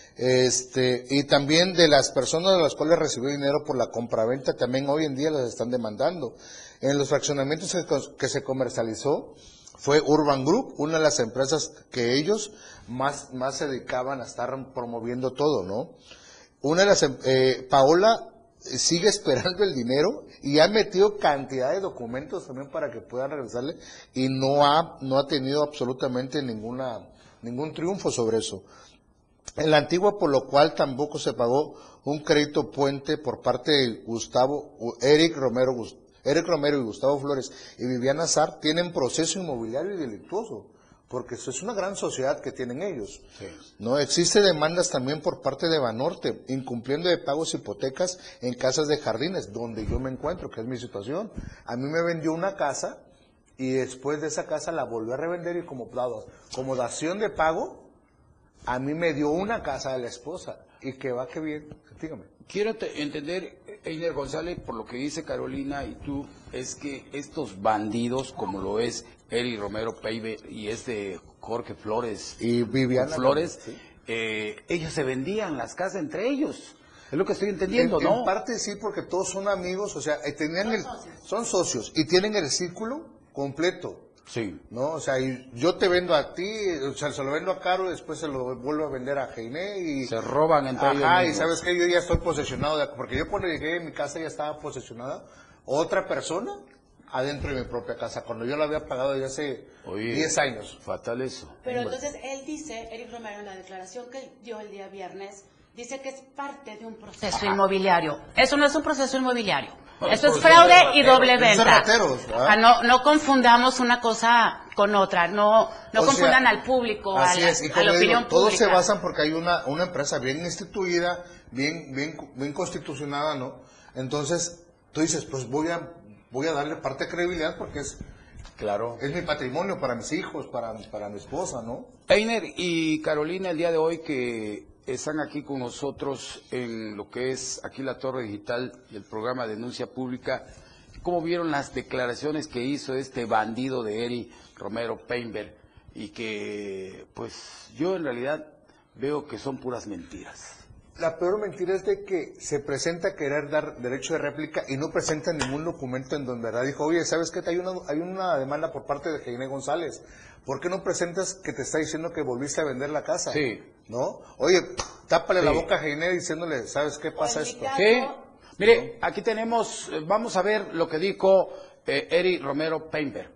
Este, y también de las personas de las cuales recibió dinero por la compraventa, también hoy en día las están demandando. En los fraccionamientos que, que se comercializó fue Urban Group, una de las empresas que ellos más, más se dedicaban a estar promoviendo todo, ¿no? Una de las, eh, Paola sigue esperando el dinero y ha metido cantidad de documentos también para que puedan regresarle y no ha, no ha tenido absolutamente ninguna, ningún triunfo sobre eso. En la antigua, por lo cual tampoco se pagó un crédito puente por parte de Gustavo, Eric Romero, Eric Romero y Gustavo Flores y Viviana Sar tienen proceso inmobiliario y delictuoso, porque eso es una gran sociedad que tienen ellos. Sí. No existe demandas también por parte de Banorte, incumpliendo de pagos hipotecas en casas de jardines, donde yo me encuentro, que es mi situación. A mí me vendió una casa y después de esa casa la volvió a revender y como, como dación de pago, a mí me dio una casa de la esposa, y que va que bien, dígame. Quiero te- entender, Einer González, por lo que dice Carolina y tú, es que estos bandidos, como lo es Eric Romero Peibe y este Jorge Flores y Viviana Flores, sí. eh, ellos se vendían las casas entre ellos. Es lo que estoy entendiendo, en, ¿no? En parte sí, porque todos son amigos, o sea, eh, tenían son, el, socios. son socios y tienen el círculo completo. Sí. ¿No? O sea, y yo te vendo a ti, o sea, se lo vendo a Caro y después se lo vuelvo a vender a Jainé y... Se roban entre ellos Ajá, y mismos. sabes que yo ya estoy posesionado, de, porque yo cuando llegué a mi casa ya estaba posesionada otra persona adentro de mi propia casa, cuando yo la había pagado ya hace Oye, diez años. Fatal eso. Pero entonces él dice, Eric Romero, en la declaración que dio el día viernes, dice que es parte de un proceso Ajá. inmobiliario. Eso no es un proceso inmobiliario. Bueno, Esto es fraude y doble venta. Rateros, ah, no, no confundamos una cosa con otra. No, no confundan sea, al público, a la, es, y a la opinión digo, todos pública. se basan porque hay una, una empresa bien instituida, bien, bien, bien constitucionada, ¿no? Entonces, tú dices, pues voy a, voy a darle parte de credibilidad porque es, claro, es mi patrimonio para mis hijos, para, para mi esposa, ¿no? Einer y Carolina, el día de hoy que están aquí con nosotros en lo que es aquí la Torre Digital y el programa Denuncia Pública, ¿cómo vieron las declaraciones que hizo este bandido de Eric Romero Painberg? Y que, pues, yo en realidad veo que son puras mentiras. La peor mentira es de que se presenta a querer dar derecho de réplica y no presenta ningún documento en donde verdad dijo, oye, ¿sabes qué? Hay una, hay una demanda por parte de Jainé González. ¿Por qué no presentas que te está diciendo que volviste a vender la casa? Sí. ¿No? Oye, tápale sí. la boca a Jainé diciéndole, ¿sabes qué pasa esto? Sí. Mire, aquí tenemos, vamos a ver lo que dijo eh, Eric Romero Painberg.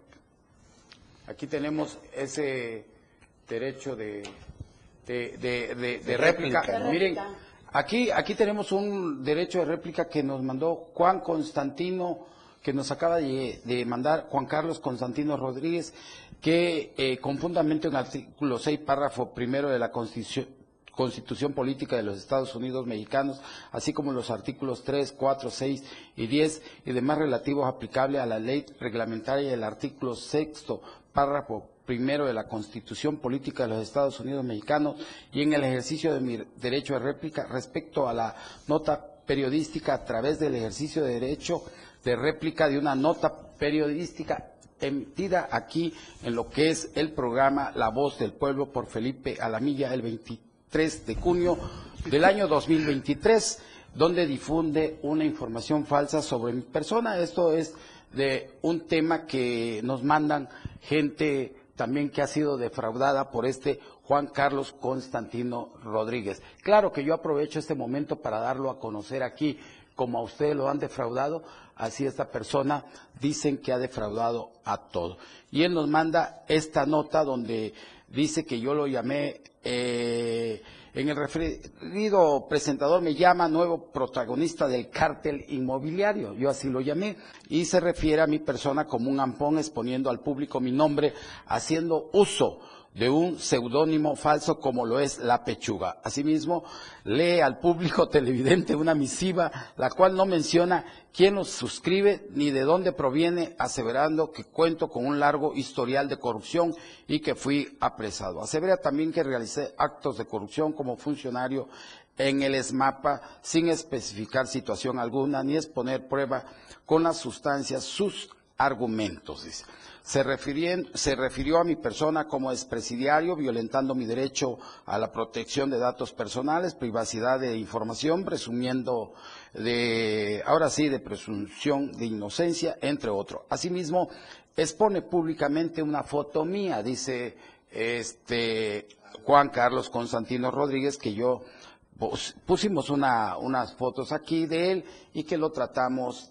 Aquí tenemos ese derecho de, de, de, de, de réplica. réplica. Miren, aquí, aquí tenemos un derecho de réplica que nos mandó Juan Constantino, que nos acaba de, de mandar Juan Carlos Constantino Rodríguez, que eh, con fundamento en el artículo seis, párrafo primero de la Constitución, Constitución Política de los Estados Unidos Mexicanos, así como los artículos tres, cuatro, seis y diez y demás relativos aplicables a la ley reglamentaria del artículo sexto, párrafo primero de la Constitución Política de los Estados Unidos Mexicanos y en el ejercicio de mi derecho de réplica respecto a la nota periodística a través del ejercicio de derecho de réplica de una nota periodística emitida aquí en lo que es el programa La Voz del Pueblo por Felipe Alamilla el veintitrés de junio del año dos mil veintitrés, donde difunde una información falsa sobre mi persona. Esto es de un tema que nos mandan gente también que ha sido defraudada por este Juan Carlos Constantino Rodríguez. Claro que yo aprovecho este momento para darlo a conocer aquí como a ustedes lo han defraudado, así esta persona dicen que ha defraudado a todo. Y él nos manda esta nota donde dice que yo lo llamé, eh, en el referido presentador me llama nuevo protagonista del cártel inmobiliario, yo así lo llamé, y se refiere a mi persona como un ampón exponiendo al público mi nombre, haciendo uso de un seudónimo falso como lo es La Pechuga. Asimismo, lee al público televidente una misiva, la cual no menciona quién los suscribe ni de dónde proviene, aseverando que cuento con un largo historial de corrupción y que fui apresado. Asevera también que realicé actos de corrupción como funcionario en el ESMAPA sin especificar situación alguna ni exponer prueba con las sustancias sus argumentos, dice. Se refirió, se refirió a mi persona como expresidiario, violentando mi derecho a la protección de datos personales, privacidad de información, presumiendo de, ahora sí, de presunción de inocencia, entre otros. Asimismo, expone públicamente una foto mía, dice este Juan Carlos Constantino Rodríguez, que yo pusimos una, unas fotos aquí de él y que lo tratamos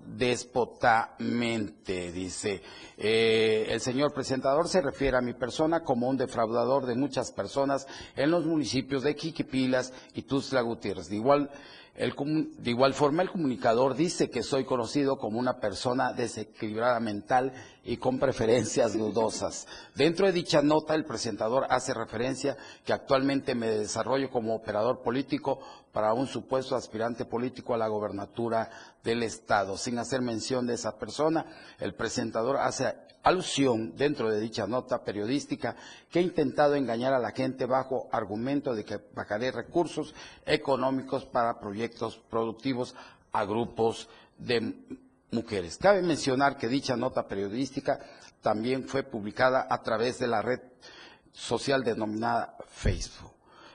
déspotamente, dice. Eh, el señor presentador se refiere a mi persona como un defraudador de muchas personas en los municipios de Quiquipilas y Tuxtla Gutiérrez. De igual, el, de igual forma, el comunicador dice que soy conocido como una persona desequilibrada mental y con preferencias dudosas. Dentro de dicha nota, el presentador hace referencia que actualmente me desarrollo como operador político para un supuesto aspirante político a la gobernatura del Estado. Sin hacer mención de esa persona, el presentador hace alusión dentro de dicha nota periodística que he intentado engañar a la gente bajo argumento de que pagaré recursos económicos para proyectos productivos a grupos de mujeres. Cabe mencionar que dicha nota periodística también fue publicada a través de la red social denominada Facebook.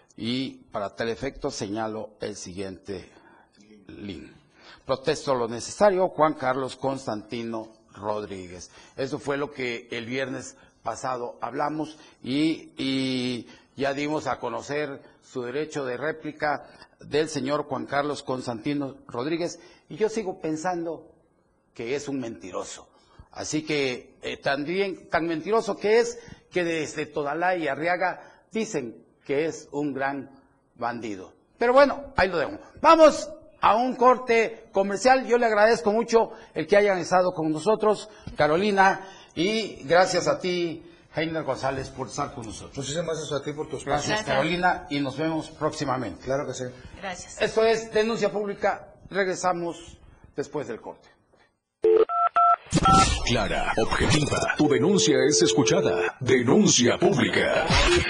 Y para tal efecto señalo el siguiente link. Protesto lo necesario, Juan Carlos Constantino Rodríguez. Eso fue lo que el viernes pasado hablamos y, y ya dimos a conocer su derecho de réplica del señor Juan Carlos Constantino Rodríguez. Y yo sigo pensando que es un mentiroso. Así que eh, también tan mentiroso que es que desde Tonalá y Arriaga dicen que es un gran bandido. Pero bueno, ahí lo dejo. Vamos a un corte comercial. Yo le agradezco mucho el que hayan estado con nosotros, Carolina, y gracias a ti, Heiner González, por estar con nosotros. Muchísimas gracias a ti por tus Gracias, gracias, Carolina, y nos vemos próximamente. Claro que sí. Gracias. Esto es Denuncia Pública. Regresamos después del corte. Clara, objetiva. Tu denuncia es escuchada. Denuncia Pública.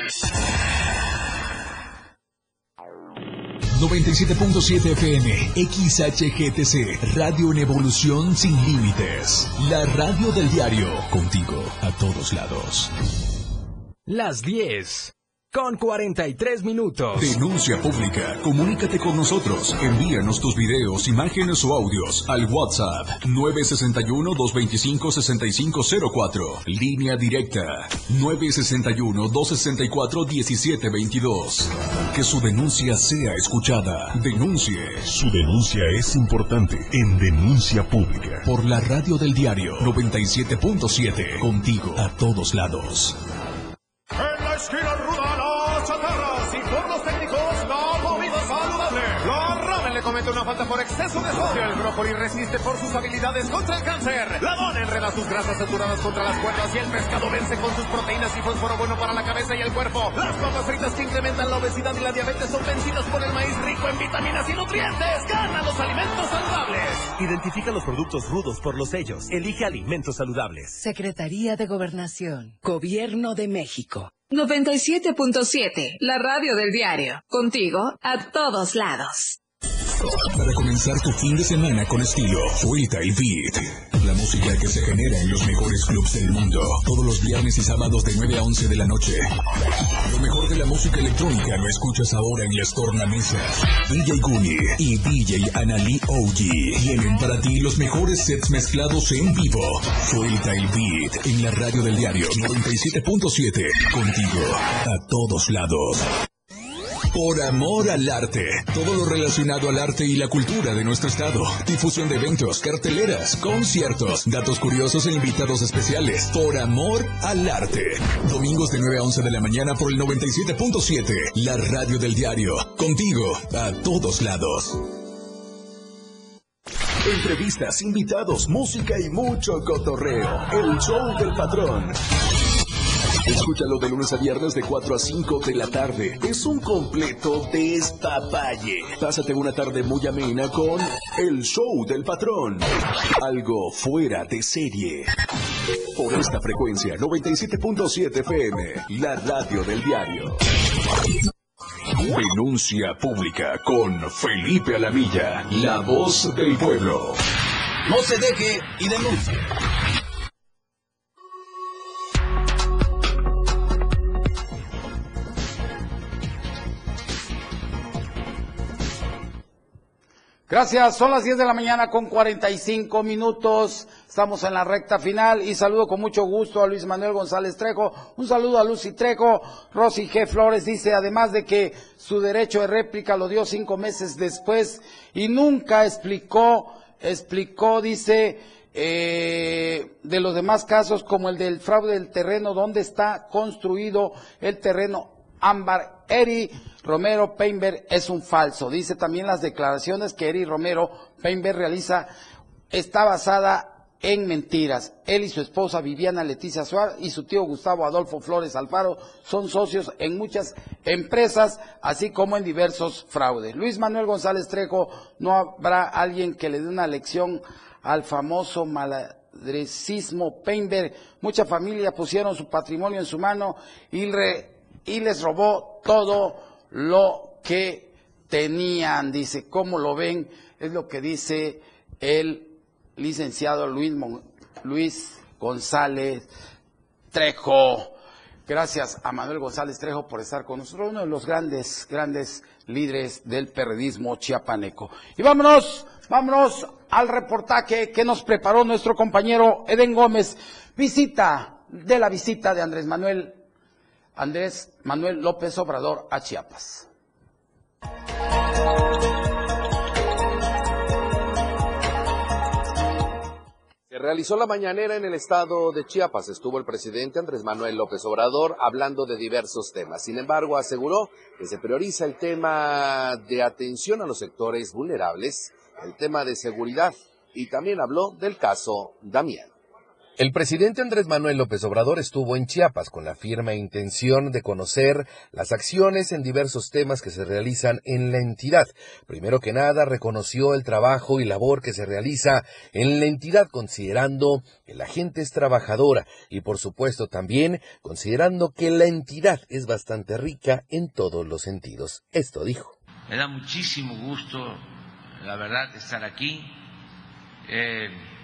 noventa y siete punto siete F M, X H G T C, Radio en Evolución Sin Límites. La radio del diario, contigo a todos lados. Las diez, con cuarenta y tres minutos. Denuncia Pública. Comunícate con nosotros. Envíanos tus videos, imágenes o audios al WhatsApp nueve seis uno, dos dos cinco, seis cinco cero cuatro. Línea directa nueve seis uno, dos seis cuatro, uno siete dos dos. Que su denuncia sea escuchada. Denuncie. Su denuncia es importante en Denuncia Pública. Por la radio del diario noventa y siete punto siete. Contigo a todos lados. En la esquina ruda, las chatarras y gordos técnicos, la comida saludable. La ramen le comete una falta por exceso de sodio. El brócoli resiste por sus habilidades contra el cáncer. La dona enreda sus grasas saturadas contra las cuerdas y el pescado vence con sus proteínas y fósforo bueno para la cabeza y el cuerpo. Las papas fritas que incrementan la obesidad y la diabetes son vencidas por el maíz rico en vitaminas y nutrientes. ¡Gana los alimentos saludables! Identifica los productos rudos por los sellos. Elige alimentos saludables. Secretaría de Gobernación. Gobierno de México. noventa y siete punto siete, la radio del diario. Contigo a todos lados. Para comenzar tu fin de semana con estilo, Suelta y Beat. La música que se genera en los mejores clubs del mundo. Todos los viernes y sábados de nueve a once de la noche. Lo mejor de la música electrónica lo escuchas ahora en las tornamesas. D J Guni y D J Anali O G tienen para ti los mejores sets mezclados en vivo. Suelta el Beat en la radio del diario noventa y siete punto siete. Contigo a todos lados. Por amor al arte. Todo lo relacionado al arte y la cultura de nuestro estado. Difusión de eventos, carteleras, conciertos, datos curiosos e invitados especiales. Por amor al arte. Domingos de nueve a once de la mañana por el noventa y siete punto siete. La radio del diario. Contigo a todos lados. Entrevistas, invitados, música y mucho cotorreo. El show del patrón. Escúchalo de lunes a viernes de cuatro a cinco de la tarde. Es un completo despapalle. Pásate una tarde muy amena con El Show del Patrón. Algo fuera de serie. Por esta frecuencia, noventa y siete punto siete F M, la radio del diario. Denuncia pública con Felipe Alamilla, la voz del pueblo. No se deje y denuncie. Gracias, son las diez de la mañana con cuarenta y cinco minutos, estamos en la recta final y saludo con mucho gusto a Luis Manuel González Trejo, un saludo a Lucy Trejo. Rosy G. Flores dice, además de que su derecho de réplica lo dio cinco meses después y nunca explicó, explicó, dice, eh, de los demás casos como el del fraude del terreno, donde está construido el terreno Ámbar. Eri Romero Peinberg es un falso. Dice también las declaraciones que Eri Romero Peinberg realiza está basada en mentiras. Él y su esposa Viviana Leticia Suárez y su tío Gustavo Adolfo Flores Alfaro son socios en muchas empresas, así como en diversos fraudes. Luis Manuel González Trejo, no habrá alguien que le dé una lección al famoso maladrecismo Peinberg. Mucha familia pusieron su patrimonio en su mano y re y les robó todo lo que tenían. Dice, ¿cómo lo ven? Es lo que dice el licenciado Luis, Mon Luis González Trejo. Gracias a Manuel González Trejo por estar con nosotros, uno de los grandes, grandes líderes del perredismo chiapaneco. Y vámonos, vámonos al reportaje que nos preparó nuestro compañero Eden Gómez. Visita, de la visita de Andrés Manuel Andrés Manuel López Obrador a Chiapas. Se realizó la mañanera en el estado de Chiapas. Estuvo el presidente Andrés Manuel López Obrador hablando de diversos temas. Sin embargo, aseguró que se prioriza el tema de atención a los sectores vulnerables, el tema de seguridad, y también habló del caso Damián. El presidente Andrés Manuel López Obrador estuvo en Chiapas con la firme intención de conocer las acciones en diversos temas que se realizan en la entidad. Primero que nada, reconoció el trabajo y labor que se realiza en la entidad, considerando que la gente es trabajadora y, por supuesto, también considerando que la entidad es bastante rica en todos los sentidos. Esto dijo. Me da muchísimo gusto, la verdad, estar aquí. Eh,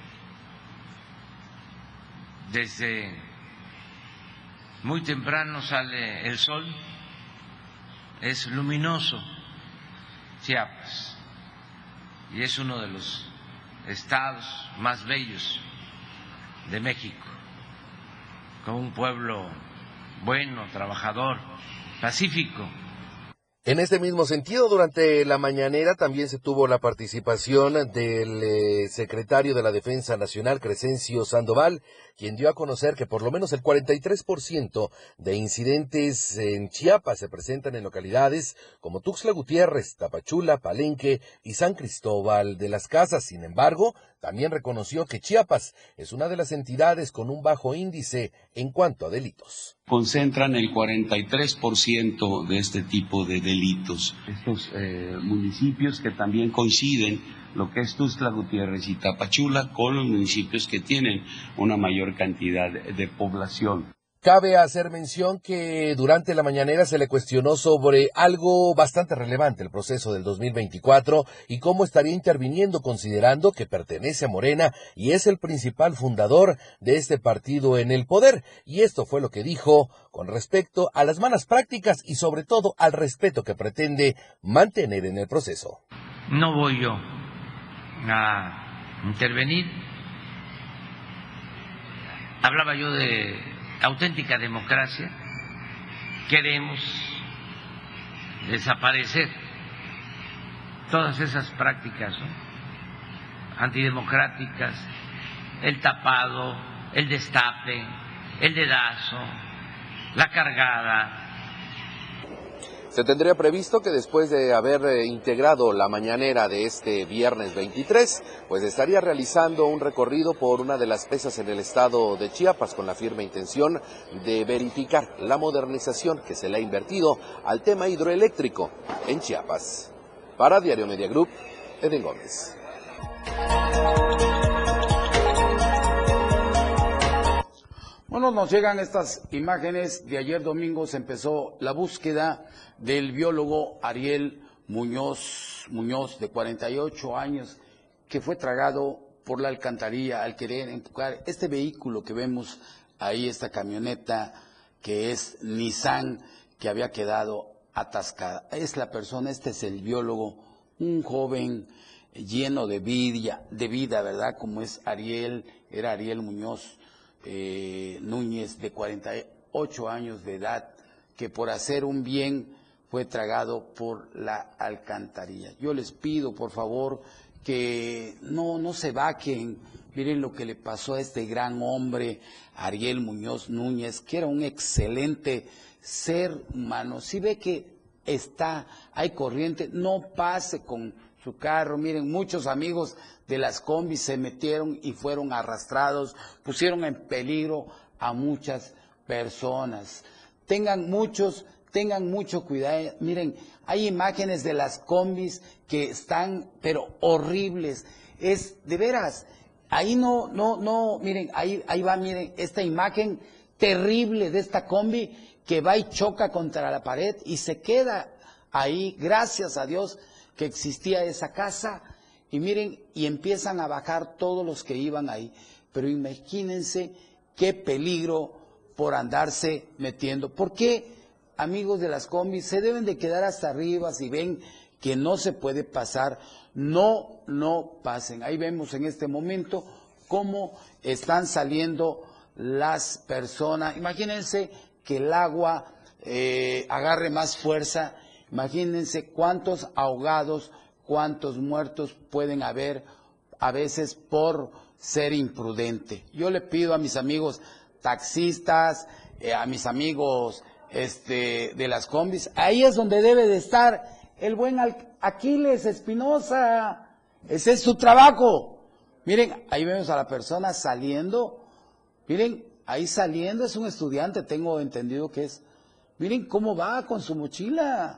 Desde muy temprano sale el sol, es luminoso Chiapas y es uno de los estados más bellos de México, con un pueblo bueno, trabajador, pacífico. En este mismo sentido, durante la mañanera también se tuvo la participación del eh, secretario de la Defensa Nacional, Crescencio Sandoval, quien dio a conocer que por lo menos el cuarenta y tres por ciento de incidentes en Chiapas se presentan en localidades como Tuxtla Gutiérrez, Tapachula, Palenque y San Cristóbal de las Casas. Sin embargo, también reconoció que Chiapas es una de las entidades con un bajo índice en cuanto a delitos. Concentran el cuarenta y tres por ciento de este tipo de delitos. Estos eh, municipios que también coinciden, lo que es Tuxtla Gutiérrez y Tapachula, con los municipios que tienen una mayor cantidad de población. Cabe hacer mención que durante la mañanera se le cuestionó sobre algo bastante relevante, el proceso del dos mil veinticuatro y cómo estaría interviniendo, considerando que pertenece a Morena y es el principal fundador de este partido en el poder. Y esto fue lo que dijo con respecto a las malas prácticas y sobre todo al respeto que pretende mantener en el proceso. No voy yo a intervenir. Hablaba yo de auténtica democracia. Queremos desaparecer todas esas prácticas, ¿no?, antidemocráticas, el tapado, el destape, el dedazo, la cargada. Se tendría previsto que después de haber eh, integrado la mañanera de este viernes veintitrés, pues estaría realizando un recorrido por una de las presas en el estado de Chiapas con la firme intención de verificar la modernización que se le ha invertido al tema hidroeléctrico en Chiapas. Para Diario Media Group, Edwin Gómez. Bueno, nos llegan estas imágenes. De ayer domingo se empezó la búsqueda del biólogo Ariel Muñoz, Muñoz, de cuarenta y ocho años, que fue tragado por la alcantarilla al querer empujar este vehículo que vemos ahí, esta camioneta que es Nissan, que había quedado atascada. Es la persona, este es el biólogo, un joven lleno de vida, de vida, ¿verdad? Como es Ariel, era Ariel Muñoz eh, Núñez, de cuarenta y ocho años de edad, que por hacer un bien fue tragado por la alcantarilla. Yo les pido, por favor, que no, no se vaquen. Miren lo que le pasó a este gran hombre, Ariel Muñoz Núñez, que era un excelente ser humano. Si ve que está, hay corriente, no pase con su carro. Miren, muchos amigos de las combis se metieron y fueron arrastrados, pusieron en peligro a muchas personas. Tengan muchos, tengan mucho cuidado. Miren, hay imágenes de las combis que están, pero horribles. Es, de veras, ahí no, no, no, miren, ahí, ahí va, miren, esta imagen terrible de esta combi que va y choca contra la pared y se queda ahí, gracias a Dios que existía esa casa, y miren, y empiezan a bajar todos los que iban ahí. Pero imagínense qué peligro por andarse metiendo. ¿Por qué, amigos de las combis, se deben de quedar hasta arriba si ven que no se puede pasar? No, no pasen. Ahí vemos en este momento cómo están saliendo las personas. Imagínense que el agua eh, agarre más fuerza. Imagínense cuántos ahogados, cuántos muertos pueden haber a veces por ser imprudente. Yo le pido a mis amigos taxistas, eh, a mis amigos este, de las combis, ahí es donde debe de estar el buen Aquiles Espinosa. Ese es su trabajo. Miren, ahí vemos a la persona saliendo. Miren, ahí saliendo, es un estudiante, tengo entendido que es. Miren cómo va con su mochila.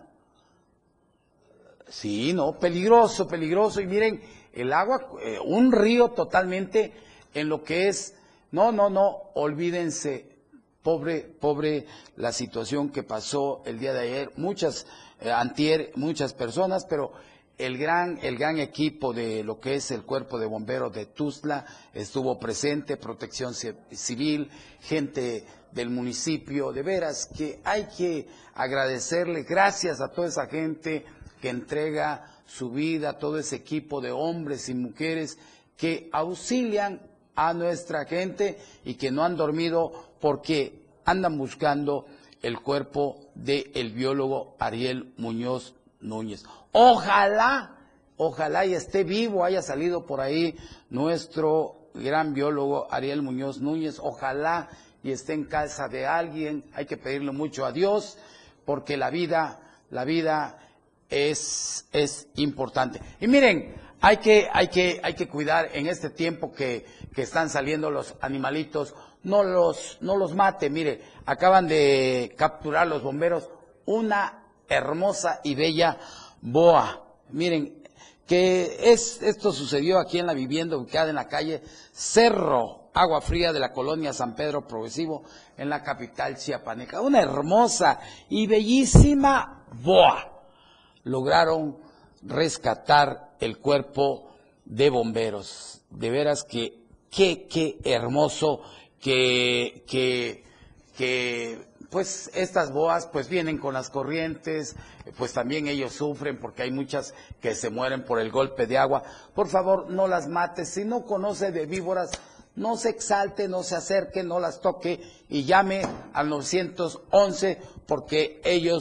Sí, no, peligroso, peligroso. Y miren, el agua, eh, un río totalmente en lo que es, no, no, no, olvídense, pobre, pobre la situación que pasó el día de ayer, muchas, eh, antier, muchas personas, pero el gran, el gran equipo de lo que es el Cuerpo de Bomberos de Tuxtla estuvo presente, Protección Civil, gente del municipio, de veras que hay que agradecerle, gracias a toda esa gente que entrega su vida, todo ese equipo de hombres y mujeres que auxilian a nuestra gente y que no han dormido porque andan buscando el cuerpo del biólogo Ariel Muñoz Núñez. Ojalá, ojalá y esté vivo, haya salido por ahí nuestro gran biólogo Ariel Muñoz Núñez, ojalá y esté en casa de alguien. Hay que pedirle mucho a Dios porque la vida, la vida es, es importante. Y miren, hay que, hay que, hay que cuidar en este tiempo que, que están saliendo los animalitos, no los, no los mate. Mire, acaban de capturar los bomberos una hermosa y bella boa. Miren, que es, esto sucedió aquí en la vivienda ubicada en la calle Cerro Agua Fría de la colonia San Pedro Progresivo, en la capital chiapaneca. Una hermosa y bellísima boa. Lograron rescatar el cuerpo de bomberos. De veras que, qué, qué hermoso que, que, que, pues estas boas pues vienen con las corrientes, pues también ellos sufren porque hay muchas que se mueren por el golpe de agua. Por favor, no las mates. Si no conoce de víboras, no se exalte, no se acerque, no las toque y llame al nueve once porque ellos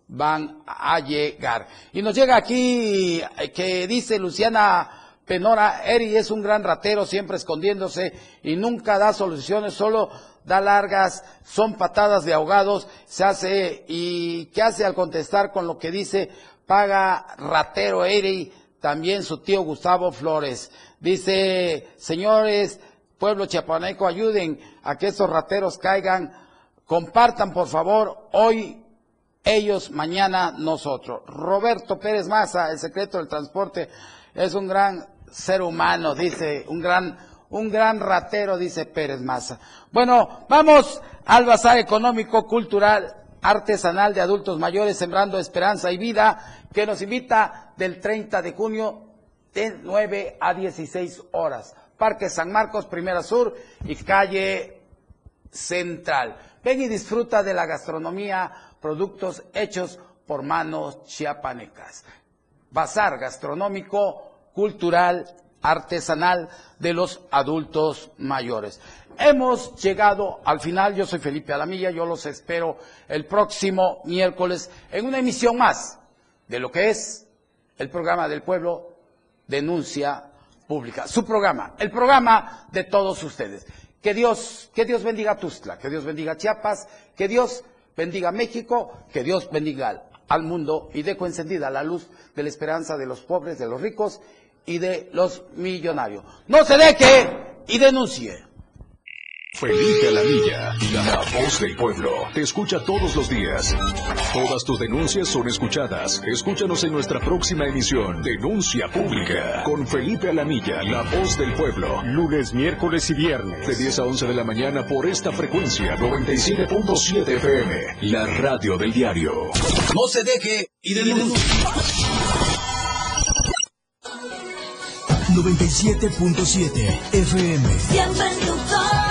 van a llegar. Y nos llega aquí que dice Luciana Penora, Eri es un gran ratero, siempre escondiéndose y nunca da soluciones, solo da largas, son patadas de ahogados, se hace, y ¿qué hace al contestar con lo que dice? Paga ratero Eri, también su tío Gustavo Flores. Dice, señores, pueblo chiapaneco, ayuden a que estos rateros caigan, compartan por favor, hoy ellos, mañana nosotros. Roberto Pérez Maza, el secreto del transporte, es un gran ser humano, dice, un gran, un gran ratero, dice Pérez Maza. Bueno, vamos al bazar económico, cultural, artesanal de adultos mayores, sembrando esperanza y vida, que nos invita del treinta de junio de nueve a dieciséis horas. Parque San Marcos, Primera Sur y calle Central. Ven y disfruta de la gastronomía, productos hechos por manos chiapanecas. Bazar gastronómico, cultural, artesanal de los adultos mayores. Hemos llegado al final. Yo soy Felipe Alamilla, yo los espero el próximo miércoles en una emisión más de lo que es el programa del pueblo, Denuncia Pública. Su programa, el programa de todos ustedes. Que Dios, que Dios bendiga Tuxtla, que Dios bendiga Chiapas, que Dios bendiga México, que Dios bendiga al mundo y dejo encendida la luz de la esperanza de los pobres, de los ricos y de los millonarios. No se deje y denuncie. Felipe Alamilla, la voz del pueblo, te escucha todos los días. Todas tus denuncias son escuchadas. Escúchanos en nuestra próxima emisión, Denuncia Pública, con Felipe Alamilla, la voz del pueblo. Lunes, miércoles y viernes, de diez a once de la mañana por esta frecuencia, noventa y siete punto siete F M, la radio del diario. No se deje y denuncie. noventa y siete punto siete F M. Siempre en tu corazón.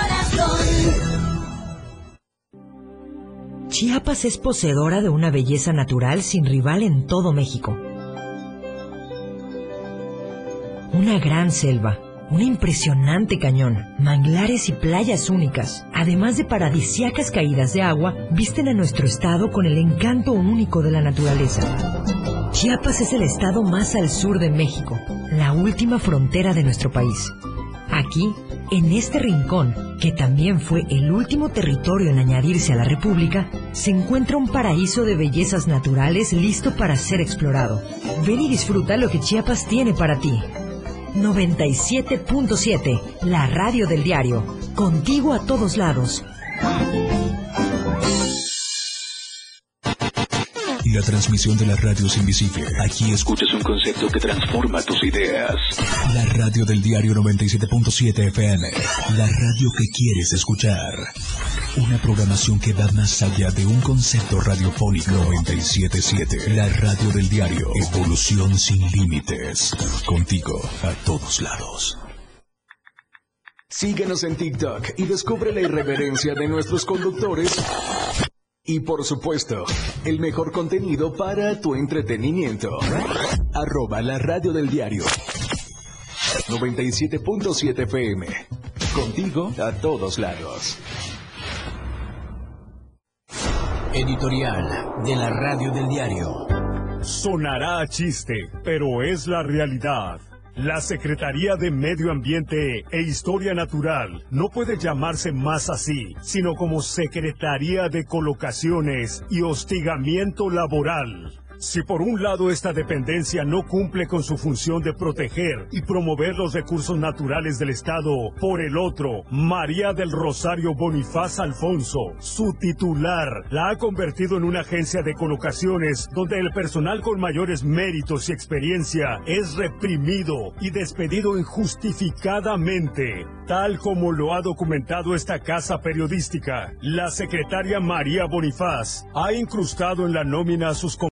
Chiapas es poseedora de una belleza natural sin rival en todo México. Una gran selva, un impresionante cañón, manglares y playas únicas, además de paradisíacas caídas de agua, visten a nuestro estado con el encanto único de la naturaleza. Chiapas es el estado más al sur de México, la última frontera de nuestro país. Aquí, en este rincón, que también fue el último territorio en añadirse a la República, se encuentra un paraíso de bellezas naturales listo para ser explorado. Ven y disfruta lo que Chiapas tiene para ti. noventa y siete punto siete, la radio del diario, contigo a todos lados. La transmisión de las radios invisible. Aquí escuchas un concepto que transforma tus ideas. La radio del diario noventa y siete punto siete F M. La radio que quieres escuchar. Una programación que va más allá de un concepto radiofónico. noventa y siete punto siete. La radio del diario. Evolución sin límites. Contigo a todos lados. Síguenos en TikTok y descubre la irreverencia de nuestros conductores. Y por supuesto, el mejor contenido para tu entretenimiento. Arroba la radio del diario. noventa y siete punto siete F M. Contigo a todos lados. Editorial de la radio del diario. Sonará a chiste, pero es la realidad. La Secretaría de Medio Ambiente e Historia Natural no puede llamarse más así, sino como Secretaría de Colocaciones y Hostigamiento Laboral. Si por un lado esta dependencia no cumple con su función de proteger y promover los recursos naturales del Estado, por el otro, María del Rosario Bonifaz Alfonso, su titular, la ha convertido en una agencia de colocaciones donde el personal con mayores méritos y experiencia es reprimido y despedido injustificadamente, tal como lo ha documentado esta casa periodística. La secretaria María Bonifaz ha incrustado en la nómina a sus